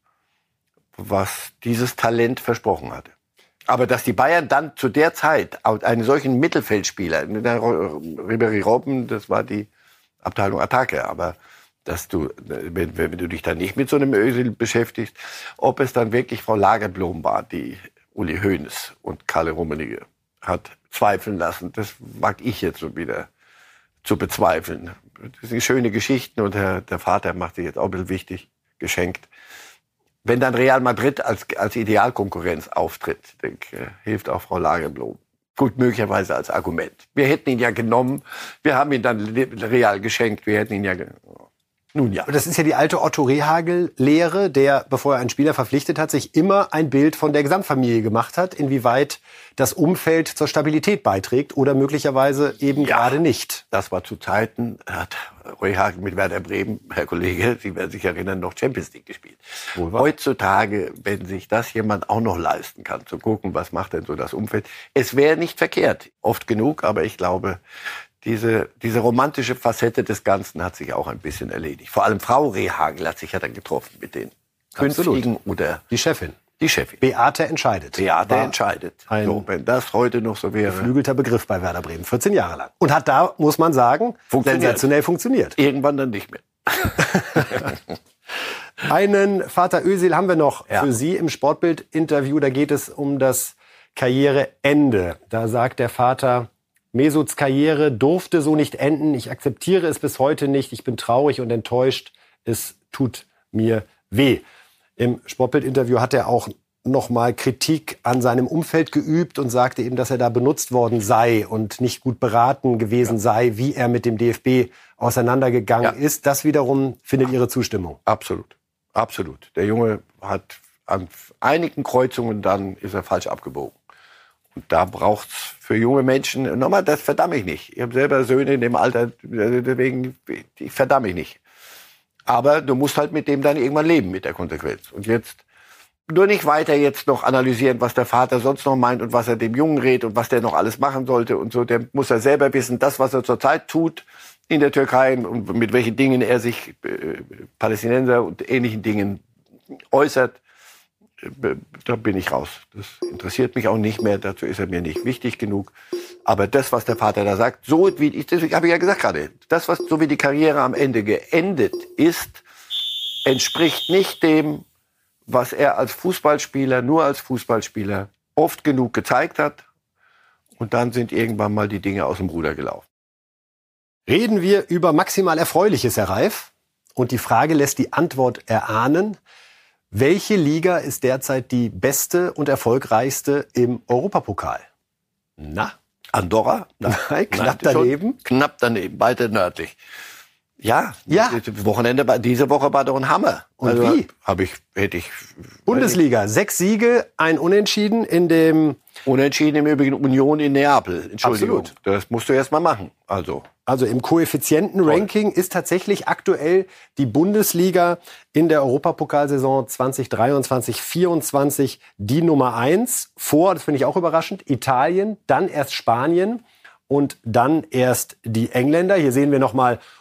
was dieses Talent versprochen hatte. Aber dass die Bayern dann zu der Zeit einen solchen Mittelfeldspieler, Ribéry Robben, das war die Abteilung Attacke, aber dass du, wenn, wenn du dich dann nicht mit so einem Özil beschäftigst, ob es dann wirklich Frau Lagerblom war, die Uli Hoeneß und Kalle Rummenigge hat zweifeln lassen, das mag ich jetzt so wieder zu bezweifeln. Das sind schöne Geschichten und der, der Vater macht sich jetzt auch ein bisschen wichtig, geschenkt. Wenn dann Real Madrid als, als Idealkonkurrenz auftritt, denke, hilft auch Frau Lagerblom. Gut, möglicherweise als Argument. Wir hätten ihn ja genommen, wir haben ihn dann Real geschenkt, wir hätten ihn ja genommen. Nun ja. Das ist ja die alte Otto Rehhagel-Lehre, der, bevor er einen Spieler verpflichtet hat, sich immer ein Bild von der Gesamtfamilie gemacht hat, inwieweit das Umfeld zur Stabilität beiträgt oder möglicherweise eben ja, gerade nicht. Das war zu Zeiten, hat Rehhagel mit Werder Bremen, Herr Kollege, Sie werden sich erinnern, noch Champions League gespielt. Heutzutage, wenn sich das jemand auch noch leisten kann, zu gucken, was macht denn so das Umfeld, es wäre nicht verkehrt, oft genug, aber ich glaube, Diese, diese romantische Facette des Ganzen hat sich auch ein bisschen erledigt. Vor allem Frau Rehhagel hat sich ja dann getroffen mit den künftigen oder die Chefin. Die Chefin. Beate entscheidet. Beate entscheidet. Ein so, wenn das heute noch so wäre. Geflügelter Begriff bei Werder Bremen, vierzehn Jahre lang. Und hat da, muss man sagen, funktioniert. sensationell funktioniert. Irgendwann dann nicht mehr. Einen Vater Özil haben wir noch ja. für Sie im Sportbild-Interview. Da geht es um das Karriereende. Da sagt der Vater: Mesuts Karriere durfte so nicht enden. Ich akzeptiere es bis heute nicht. Ich bin traurig und enttäuscht. Es tut mir weh. Im Sportbild-Interview hat er auch noch mal Kritik an seinem Umfeld geübt und sagte eben, dass er da benutzt worden sei und nicht gut beraten gewesen ja. sei, wie er mit dem D F B auseinandergegangen ja. ist. Das wiederum findet Ihre Zustimmung. Absolut. Absolut. Der Junge hat an einigen Kreuzungen, dann ist er falsch abgebogen. Und da braucht's für junge Menschen, nochmal, das verdamme ich nicht. Ich habe selber Söhne in dem Alter, deswegen, ich verdamme ich nicht. Aber du musst halt mit dem dann irgendwann leben, mit der Konsequenz. Und jetzt nur nicht weiter jetzt noch analysieren, was der Vater sonst noch meint und was er dem Jungen rät und was der noch alles machen sollte und so. Der muss er selber wissen, das, was er zurzeit tut in der Türkei und mit welchen Dingen er sich, äh, Palästinenser und ähnlichen Dingen äußert, da bin ich raus. Das interessiert mich auch nicht mehr. Dazu ist er mir nicht wichtig genug. Aber das, was der Vater da sagt, so wie ich, das habe ich ja gesagt gerade, das, was so wie die Karriere am Ende geendet ist, entspricht nicht dem, was er als Fußballspieler, nur als Fußballspieler oft genug gezeigt hat. Und dann sind irgendwann mal die Dinge aus dem Ruder gelaufen. Reden wir über maximal Erfreuliches, Herr Reif. Und die Frage lässt die Antwort erahnen. Welche Liga ist derzeit die beste und erfolgreichste im Europapokal? Na, Andorra? Nein, Nein knapp daneben. Knapp daneben, weiter nördlich. Ja, ja. Das Wochenende, diese Woche war doch ein Hammer. Und also, wie? Habe ich, hätte ich. Bundesliga, sechs Siege, ein Unentschieden in dem. Unentschieden im Übrigen Union in Neapel. Entschuldigung. Absolut. Das musst du erst mal machen. Also. Also im Koeffizienten-Ranking ist tatsächlich aktuell die Bundesliga in der Europapokalsaison zwanzig dreiundzwanzig vierundzwanzig die Nummer eins. Vor, das finde ich auch überraschend, Italien, dann erst Spanien und dann erst die Engländer. Hier sehen wir nochmal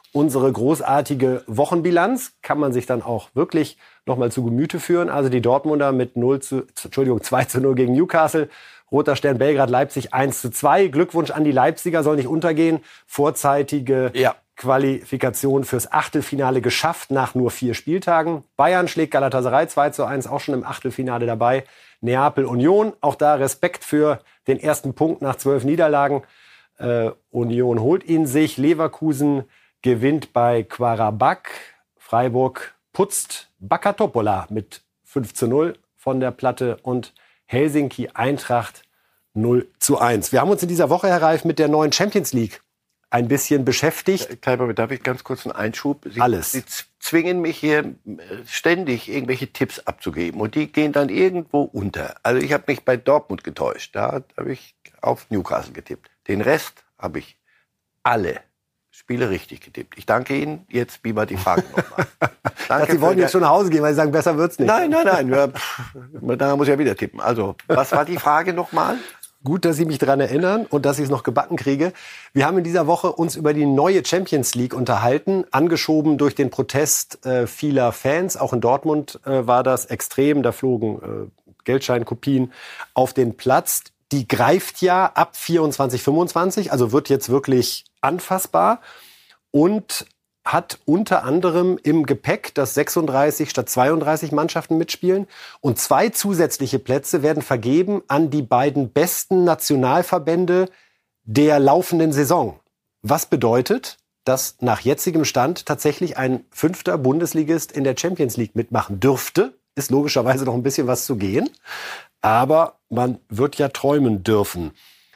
unsere großartige Wochenbilanz. Kann man sich dann auch wirklich noch mal zu Gemüte führen. Also die Dortmunder mit null zu, Entschuldigung, zwei zu null gegen Newcastle. Roter Stern Belgrad, Leipzig eins zu zwei. Glückwunsch an die Leipziger, soll nicht untergehen. Vorzeitige ja. Qualifikation fürs Achtelfinale geschafft nach nur vier Spieltagen. Bayern schlägt Galatasaray zwei zu eins, auch schon im Achtelfinale dabei. Neapel Union, auch da Respekt für den ersten Punkt nach zwölf Niederlagen. Äh, Union holt ihn sich. Leverkusen gewinnt bei Qarabağ. Freiburg putzt Bakatopola mit fünf zu null von der Platte und Helsinki Eintracht null zu eins. Wir haben uns in dieser Woche, Herr Reif, mit der neuen Champions League ein bisschen beschäftigt. Kleiber, darf ich ganz kurz einen Einschub? Sie, Alles. Sie zwingen mich hier ständig irgendwelche Tipps abzugeben und die gehen dann irgendwo unter. Also ich habe mich bei Dortmund getäuscht. Da habe ich auf Newcastle getippt. Den Rest habe ich alle Spiele richtig getippt. Ich danke Ihnen. Jetzt biber die Frage nochmal. Danke. Sie wollen jetzt schon nach Hause gehen, weil Sie sagen, besser wird's nicht. Nein, nein, nein. Ja, pff, da muss ich ja wieder tippen. Also, was war die Frage nochmal? Gut, dass Sie mich daran erinnern und dass ich es noch gebacken kriege. Wir haben in dieser Woche uns über die neue Champions League unterhalten, angeschoben durch den Protest äh, vieler Fans. Auch in Dortmund äh, war das extrem. Da flogen äh, Geldscheinkopien auf den Platz. Die greift ja ab vierundzwanzig fünfundzwanzig, also wird jetzt wirklich anfassbar und hat unter anderem im Gepäck, dass sechsunddreißig statt zweiunddreißig Mannschaften mitspielen. Und zwei zusätzliche Plätze werden vergeben an die beiden besten Nationalverbände der laufenden Saison. Was bedeutet, dass nach jetzigem Stand tatsächlich ein fünfter Bundesligist in der Champions League mitmachen dürfte. Ist logischerweise noch ein bisschen was zu gehen. Aber man wird ja träumen dürfen.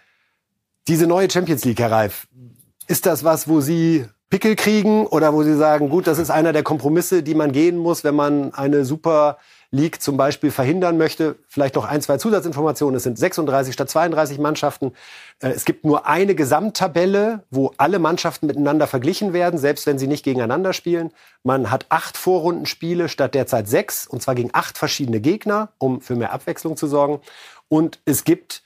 Diese neue Champions League, Herr Reif, ist das was, wo Sie Pickel kriegen oder wo Sie sagen, gut, das ist einer der Kompromisse, die man gehen muss, wenn man eine Super League zum Beispiel verhindern möchte? Vielleicht noch ein, zwei Zusatzinformationen. Es sind sechsunddreißig statt zweiunddreißig Mannschaften. Es gibt nur eine Gesamttabelle, wo alle Mannschaften miteinander verglichen werden, selbst wenn sie nicht gegeneinander spielen. Man hat acht Vorrundenspiele statt derzeit sechs, und zwar gegen acht verschiedene Gegner, um für mehr Abwechslung zu sorgen. Und es gibt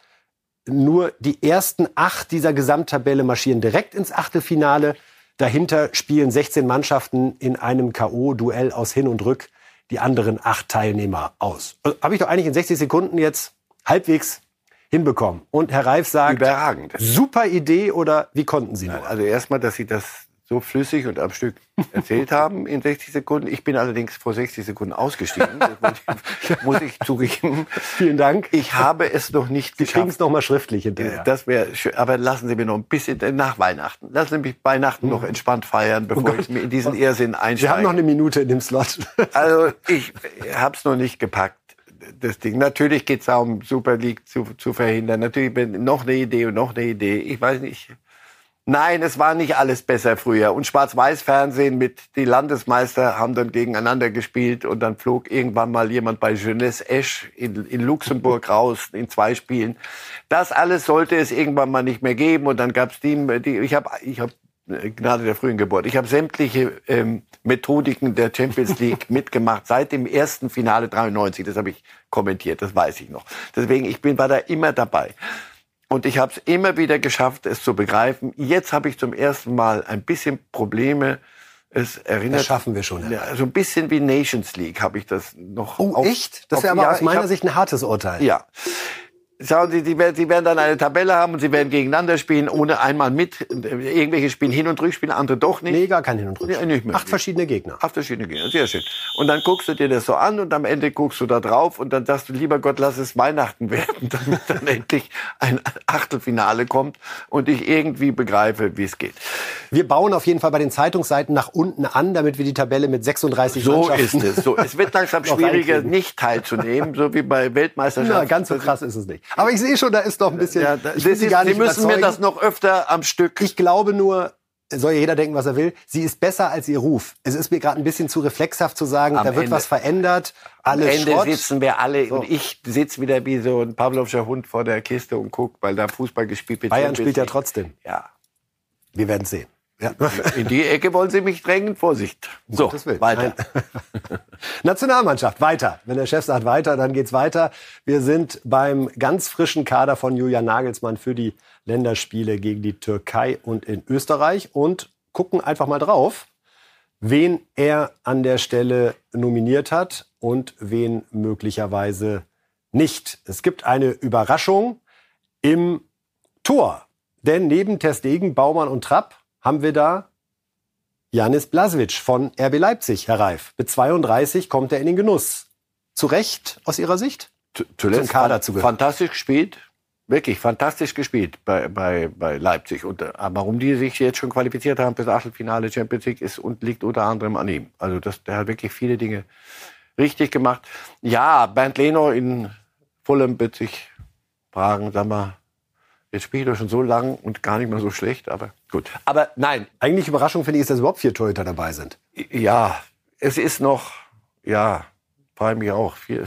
nur die ersten acht dieser Gesamttabelle marschieren direkt ins Achtelfinale. Dahinter spielen sechzehn Mannschaften in einem K O-Duell aus Hin- und Rück die anderen acht Teilnehmer aus. Also, habe ich doch eigentlich in sechzig Sekunden jetzt halbwegs hinbekommen. Und Herr Reif sagt, überragend. Super Idee, oder wie konnten Sie nur? Also erstmal, dass Sie das so flüssig und am Stück erzählt haben in sechzig Sekunden. Ich bin allerdings vor sechzig Sekunden ausgestiegen. Das muss ich zugeben. Vielen Dank. Ich habe es noch nicht Sie geschafft. kriegen es noch mal schriftlich hinterher. Das wäre schön. Aber lassen Sie mir noch ein bisschen nach Weihnachten. Lassen Sie mich Weihnachten noch entspannt feiern, bevor oh ich mir in diesen Irrsinn einsteige. Wir haben noch eine Minute in dem Slot. Also ich habe es noch nicht gepackt. Das Ding. Natürlich geht es darum, Super League zu, zu verhindern. Natürlich noch eine Idee und noch eine Idee. Ich weiß nicht. Nein, es war nicht alles besser früher. Und Schwarz-Weiß-Fernsehen mit die Landesmeister haben dann gegeneinander gespielt und dann flog irgendwann mal jemand bei Jeunesse Esch in, in Luxemburg raus in zwei Spielen. Das alles sollte es irgendwann mal nicht mehr geben. Und dann gab's die, die ich habe ich hab Gnade der frühen Geburt. Ich habe sämtliche ähm, Methodiken der Champions League mitgemacht seit dem ersten Finale dreiundneunzig. Das habe ich kommentiert, das weiß ich noch. Deswegen, ich bin war da immer dabei. Und ich habe es immer wieder geschafft, es zu begreifen. Jetzt habe ich zum ersten Mal ein bisschen Probleme. Es erinnert, das schaffen wir schon. Ja, so ein bisschen wie Nations League habe ich das noch. Oh, auf, echt? Das auf, wäre aber ja, aus meiner hab, Sicht ein hartes Urteil. Ja. Schauen Sie, Sie werden, Sie werden dann eine Tabelle haben und Sie werden gegeneinander spielen, ohne einmal mit. Irgendwelche spielen Hin- und Rückspiele, andere doch nicht. Nee, gar kein Hin- und Rückspiel. Ja, nicht mehr. Acht verschiedene Gegner. Acht verschiedene Gegner, sehr schön. Und dann guckst du dir das so an und am Ende guckst du da drauf und dann sagst du, lieber Gott, lass es Weihnachten werden, damit dann endlich ein Achtelfinale kommt und ich irgendwie begreife, wie es geht. Wir bauen auf jeden Fall bei den Zeitungsseiten nach unten an, damit wir die Tabelle mit sechsunddreißig so Mannschaften... So ist es. So. Es wird langsam schwieriger, nicht teilzunehmen, so wie bei Weltmeisterschaften. Na, ganz so krass ist es nicht. Aber ich sehe schon, da ist doch ein bisschen... Ja, da, ich will Sie, Sie, gar nicht Sie müssen überzeugen. mir das noch öfter am Stück... Ich glaube nur, soll ja jeder denken, was er will, sie ist besser als ihr Ruf. Es ist mir gerade ein bisschen zu reflexhaft zu sagen, Am da wird Ende, was verändert, alles Am Ende Schrott. sitzen wir alle, So. und ich sitze wieder wie so ein Pavlovscher Hund vor der Kiste und guck, weil da Fußball gespielt wird. Bayern spielt ja trotzdem. Ja. Wir werden sehen. Ja. In die Ecke wollen Sie mich drängen? Vorsicht. So, Gottes Willen. weiter. Nationalmannschaft, weiter. Wenn der Chef sagt weiter, dann geht's weiter. Wir sind beim ganz frischen Kader von Julian Nagelsmann für die Länderspiele gegen die Türkei und in Österreich. Und gucken einfach mal drauf, wen er an der Stelle nominiert hat und wen möglicherweise nicht. Es gibt eine Überraschung im Tor. Denn neben ter Stegen, Baumann und Trapp haben wir da Janis Blažević von R B Leipzig, Herr Reif. Mit zweiunddreißig kommt er in den Genuss. Zu Recht aus Ihrer Sicht? Zuletzt Zum Kader zu gehören. Fantastisch gespielt. Wirklich fantastisch gespielt bei, bei, bei Leipzig. Und äh, warum die sich jetzt schon qualifiziert haben fürs Achtelfinale Champions League ist und liegt unter anderem an ihm. Also das, der hat wirklich viele Dinge richtig gemacht. Ja, Bernd Leno in Fulham wird sich fragen, sag mal, jetzt spielt er schon so lang und gar nicht mehr so schlecht, aber gut. Aber nein. Eigentlich Überraschung finde ich, ist, dass überhaupt vier Torhüter dabei sind. Ja, es ist noch, ja, frage mich auch, vier.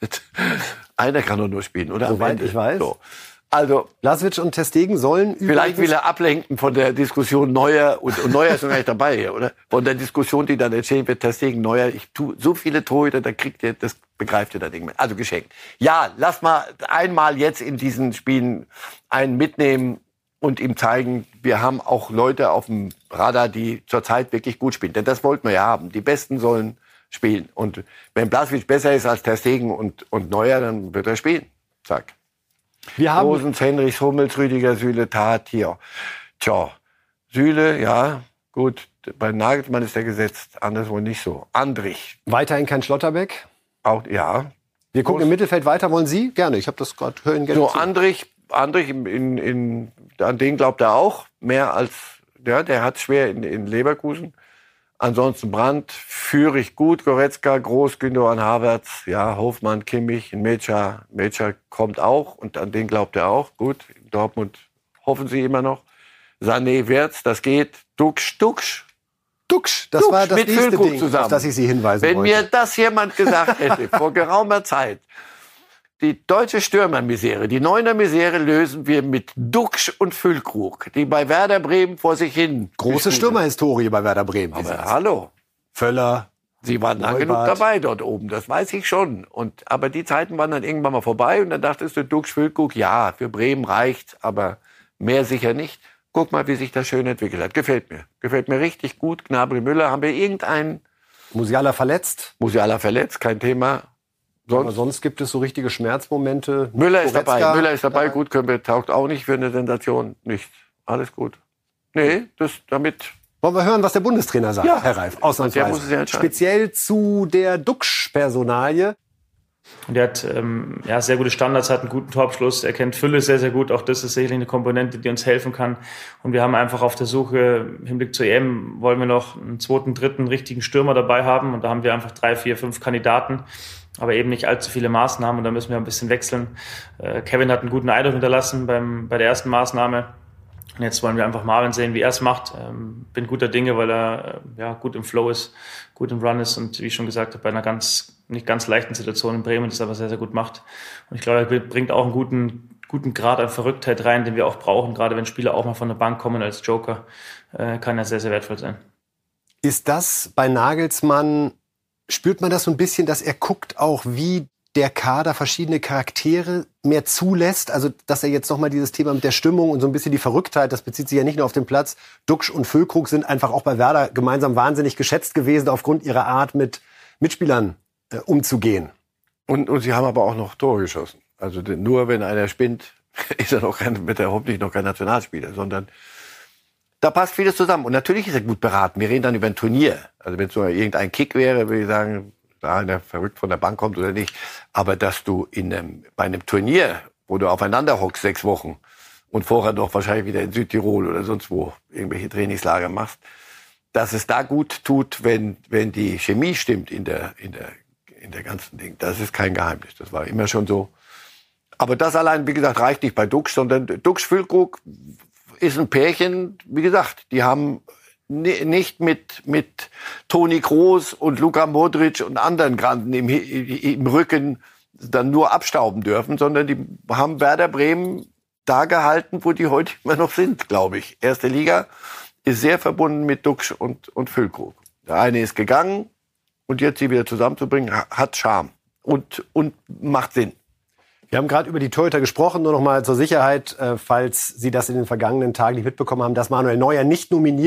Einer kann doch nur spielen, oder? Soweit ich weiß. So. Also Blažević und ter Stegen sollen vielleicht will er ablenken von der Diskussion Neuer und, und Neuer ist noch gar nicht dabei, oder? Von der Diskussion, die dann entstehen wird, ter Stegen, Neuer. Ich tu so viele Torhüter, da kriegt ihr, das begreift ihr das Ding mit. Also geschenkt. Ja, lass mal einmal jetzt in diesen Spielen einen mitnehmen und ihm zeigen, wir haben auch Leute auf dem Radar, die zurzeit wirklich gut spielen. Denn das wollten wir ja haben. Die Besten sollen spielen. Und wenn Blažević besser ist als ter Stegen und, und Neuer, dann wird er spielen. Zack. Wir haben Rosens, Henrichs, Hummels, Rüdiger, Süle, Tat, hier. Tja, Süle, ja, gut. Bei Nagelsmann ist er gesetzt, anders wohl nicht so. Andrich. Weiterhin kein Schlotterbeck. Auch, ja. Wir gucken im Mittelfeld weiter. Wollen Sie? Gerne. Ich habe das gerade hören gerne. So, zu. Andrich, Andrich in, in, in, an den glaubt er auch. Mehr als, ja, der hat schwer in, in Leverkusen. Ansonsten Brandt, Führig gut, Goretzka, Groß, Gündogan, Havertz, ja, Hofmann, Kimmich, Mecha, Mecha kommt auch und an den glaubt er auch. Gut, in Dortmund hoffen sie immer noch. Sané, Wirtz, das geht. Duxch, Duxch. Duxch, das Duxch war das mit nächste Füllkrug Ding, zusammen. auf das ich Sie hinweisen Wenn wollte. mir das jemand gesagt hätte, vor geraumer Zeit, die deutsche Stürmermisere, die Neuner-Misere lösen wir mit Duxch und Füllkrug, die bei Werder Bremen vor sich hin. Große Stürmerhistorie bei Werder Bremen. Aber hallo. Völler. Sie waren lang genug dabei dort oben, das weiß ich schon. Und, aber die Zeiten waren dann irgendwann mal vorbei und dann dachtest du, Duxch, Füllkrug, ja, für Bremen reicht, aber mehr sicher nicht. Guck mal, wie sich das schön entwickelt hat. Gefällt mir. Gefällt mir richtig gut. Gnabry, Müller, haben wir irgendeinen... Musiala verletzt. Musiala verletzt, kein Thema. Sonst? Aber sonst gibt es so richtige Schmerzmomente. Müller ist Goretzka dabei, Müller ist dabei, dabei. gut, Kömpe taugt auch nicht für eine Sensation. Nichts. Alles gut. Nee, das damit... Wollen wir hören, was der Bundestrainer sagt, Ja. Herr Reif? Der Ausnahmsweise. muss es ja entscheiden. Speziell zu der Duxch-Personalie. Und er hat ähm, ja, sehr gute Standards, hat einen guten Torabschluss, er kennt Fülle sehr, sehr gut. Auch das ist sicherlich eine Komponente, die uns helfen kann. Und wir haben einfach auf der Suche, im Hinblick zur E M, wollen wir noch einen zweiten, dritten richtigen Stürmer dabei haben. Und da haben wir einfach drei, vier, fünf Kandidaten, aber eben nicht allzu viele Maßnahmen. Und da müssen wir ein bisschen wechseln. Äh, Kevin hat einen guten Eindruck hinterlassen beim, bei der ersten Maßnahme. Und jetzt wollen wir einfach Marvin sehen, wie er es macht. Ähm, bin guter Dinge, weil er äh, ja, gut im Flow ist, gut im Run ist und wie ich schon gesagt habe, bei einer ganz nicht ganz leichten Situation in Bremen das aber sehr, sehr gut macht. Und ich glaube, er bringt auch einen guten, guten Grad an Verrücktheit rein, den wir auch brauchen. Gerade wenn Spieler auch mal von der Bank kommen als Joker, äh, kann er sehr, sehr wertvoll sein. Ist das bei Nagelsmann, spürt man das so ein bisschen, dass er guckt auch, wie der Kader verschiedene Charaktere mehr zulässt? Also, dass er jetzt nochmal dieses Thema mit der Stimmung und so ein bisschen die Verrücktheit, das bezieht sich ja nicht nur auf den Platz. Duxch und Füllkrug sind einfach auch bei Werder gemeinsam wahnsinnig geschätzt gewesen, aufgrund ihrer Art, mit Mitspielern äh, umzugehen. Und, und sie haben aber auch noch Tore geschossen. Also nur wenn einer spinnt, ist er noch kein, wird er hoffentlich noch kein Nationalspieler, sondern da passt vieles zusammen. Und natürlich ist er gut beraten. Wir reden dann über ein Turnier. Also wenn es so irgendein Kick wäre, würde ich sagen, da einer verrückt von der Bank kommt oder nicht. Aber dass du in einem, bei einem Turnier, wo du aufeinander hockst, sechs Wochen und vorher noch wahrscheinlich wieder in Südtirol oder sonst wo irgendwelche Trainingslager machst, dass es da gut tut, wenn, wenn die Chemie stimmt in der, in der, in der ganzen Ding. Das ist kein Geheimnis. Das war immer schon so. Aber das allein, wie gesagt, reicht nicht bei Duxch, sondern Duxch, Füllkrug ist ein Pärchen, wie gesagt, die haben nicht mit, mit Toni Kroos und Luka Modric und anderen Granden im, im Rücken dann nur abstauben dürfen, sondern die haben Werder Bremen da gehalten, wo die heute immer noch sind, glaube ich. Erste Liga ist sehr verbunden mit Duxch und, und Füllkrug. Der eine ist gegangen und jetzt sie wieder zusammenzubringen, hat Charme und, und macht Sinn. Wir haben gerade über die Torhüter gesprochen, nur noch mal zur Sicherheit, äh, falls Sie das in den vergangenen Tagen nicht mitbekommen haben, dass Manuel Neuer nicht nominiert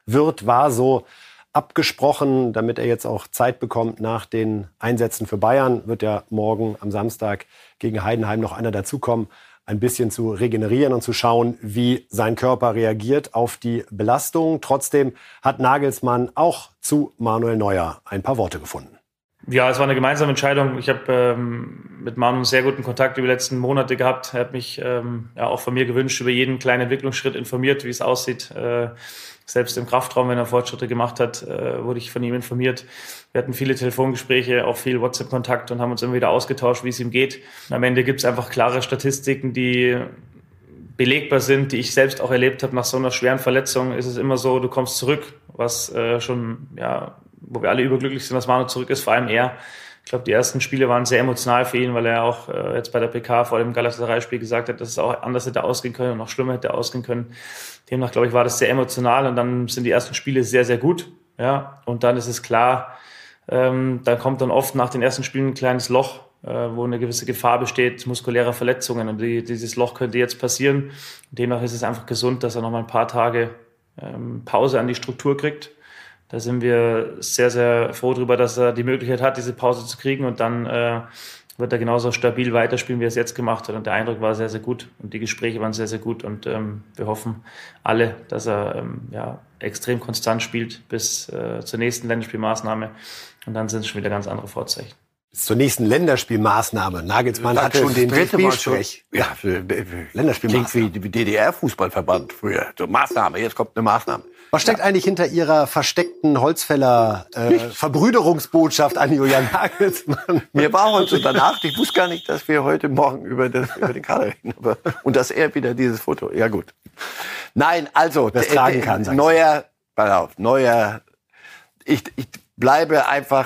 wird, war so abgesprochen, damit er jetzt auch Zeit bekommt nach den Einsätzen für Bayern. Wird ja morgen am Samstag gegen Heidenheim noch einer dazukommen, ein bisschen zu regenerieren und zu schauen, wie sein Körper reagiert auf die Belastung. Trotzdem hat Nagelsmann auch zu Manuel Neuer ein paar Worte gefunden. Ja, es war eine gemeinsame Entscheidung. Ich habe ähm, mit Manu einen sehr guten Kontakt über die letzten Monate gehabt. Er hat mich ähm, ja auch von mir gewünscht, über jeden kleinen Entwicklungsschritt informiert, wie es aussieht. Äh, selbst im Kraftraum, wenn er Fortschritte gemacht hat, äh, wurde ich von ihm informiert. Wir hatten viele Telefongespräche, auch viel WhatsApp-Kontakt und haben uns immer wieder ausgetauscht, wie es ihm geht. Und am Ende gibt es einfach klare Statistiken, die belegbar sind, die ich selbst auch erlebt habe. Nach so einer schweren Verletzung ist es immer so, du kommst zurück, was äh, schon, ja, wo wir alle überglücklich sind, dass Manu zurück ist, vor allem er. Ich glaube, die ersten Spiele waren sehr emotional für ihn, weil er auch äh, jetzt bei der P K vor dem Galatasaray-Spiel gesagt hat, dass es auch anders hätte ausgehen können und noch schlimmer hätte ausgehen können. Demnach, glaube ich, war das sehr emotional und dann sind die ersten Spiele sehr, sehr gut. Ja, und dann ist es klar, ähm, dann kommt dann oft nach den ersten Spielen ein kleines Loch, äh, wo eine gewisse Gefahr besteht, muskulärer Verletzungen. Und die, dieses Loch könnte jetzt passieren. Demnach ist es einfach gesund, dass er noch mal ein paar Tage ähm, Pause an die Struktur kriegt. Da sind wir sehr, sehr froh darüber, dass er die Möglichkeit hat, diese Pause zu kriegen. Und dann äh, wird er genauso stabil weiterspielen, wie er es jetzt gemacht hat. Und der Eindruck war sehr, sehr gut. Und die Gespräche waren sehr, sehr gut. Und ähm, wir hoffen alle, dass er ähm, ja, extrem konstant spielt bis äh, zur nächsten Länderspielmaßnahme. Und dann sind es schon wieder ganz andere Vorzeichen. Bis zur nächsten Länderspielmaßnahme. Nagelsmann hat schon den D F B-Sprech. Ja, Länderspielmaßnahme. Klingt wie, wie D D R-Fußballverband früher. So, Maßnahme, jetzt kommt eine Maßnahme. Was steckt ja. eigentlich hinter Ihrer versteckten Holzfäller-Verbrüderungsbotschaft äh, an Julian Nagelsmann? Mir war heute so danach, ich wusste gar nicht, dass wir heute Morgen über, das, über den Kader reden. Aber, und dass er wieder dieses Foto, ja gut. Nein, also, das tragen kann, neuer, pass auf, neuer, ich, ich bleibe einfach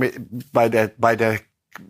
bei der, bei der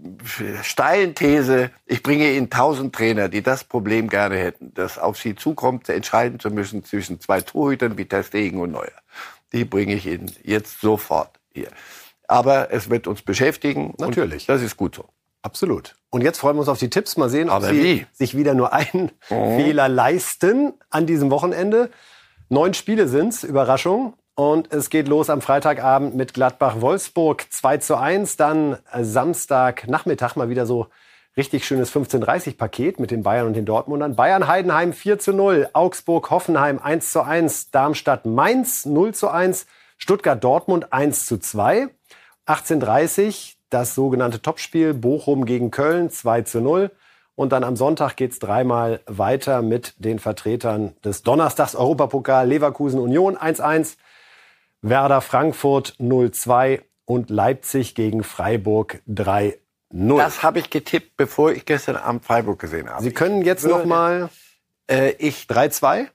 steilen These, ich bringe Ihnen tausend Trainer, die das Problem gerne hätten, dass auf sie zukommt, entscheiden zu müssen zwischen zwei Torhütern wie Ter Stegen und Neuer. Die bringe ich Ihnen jetzt sofort hier. Aber es wird uns beschäftigen. Natürlich. Und das ist gut so. Absolut. Und jetzt freuen wir uns auf die Tipps. Mal sehen, ob Aber Sie wie? sich wieder nur einen oh. Fehler leisten an diesem Wochenende. Neun Spiele sind's, Überraschung. Und es geht los am Freitagabend mit Gladbach-Wolfsburg zwei zu eins. Dann Samstagnachmittag mal wieder so richtig schönes fünfzehn Uhr dreißig-Paket mit den Bayern und den Dortmundern. Bayern-Heidenheim vier zu null, Augsburg-Hoffenheim eins zu eins, Darmstadt-Mainz null zu eins, Stuttgart-Dortmund eins zu zwei. achtzehn Uhr dreißig das sogenannte Topspiel Bochum gegen Köln zwei zu null. Und dann am Sonntag geht's dreimal weiter mit den Vertretern des Donnerstags Europapokal Leverkusen-Union eins zu eins. Werder Frankfurt null zu zwei und Leipzig gegen Freiburg drei zu null. Das habe ich getippt, bevor ich gestern Abend Freiburg gesehen habe. Sie können jetzt noch mal äh, ich drei zu zwei?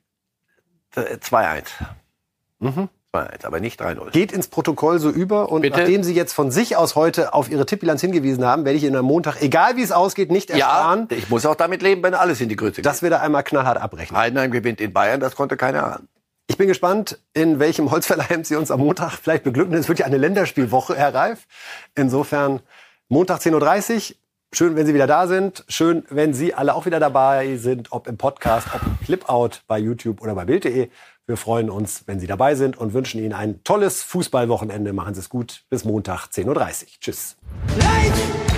zwei eins. Mhm. zwei eins, aber nicht drei null. Geht ins Protokoll so über. Und Bitte? Nachdem Sie jetzt von sich aus heute auf Ihre Tippbilanz hingewiesen haben, werde ich Ihnen am Montag, egal wie es ausgeht, nicht erfahren. Ja, ich muss auch damit leben, wenn alles in die Grütze geht. Dass wir da einmal knallhart abrechnen. Heidenheim gewinnt in Bayern, das konnte keiner ahnen. Ich bin gespannt, in welchem Holzfällerhemd Sie uns am Montag vielleicht beglücken. Es wird ja eine Länderspielwoche, Herr Reif. Insofern Montag zehn Uhr dreißig. Schön, wenn Sie wieder da sind. Schön, wenn Sie alle auch wieder dabei sind, ob im Podcast, ob im Clipout bei YouTube oder bei Bild punkt de. Wir freuen uns, wenn Sie dabei sind und wünschen Ihnen ein tolles Fußballwochenende. Machen Sie es gut. Bis Montag zehn Uhr dreißig. Tschüss. Light!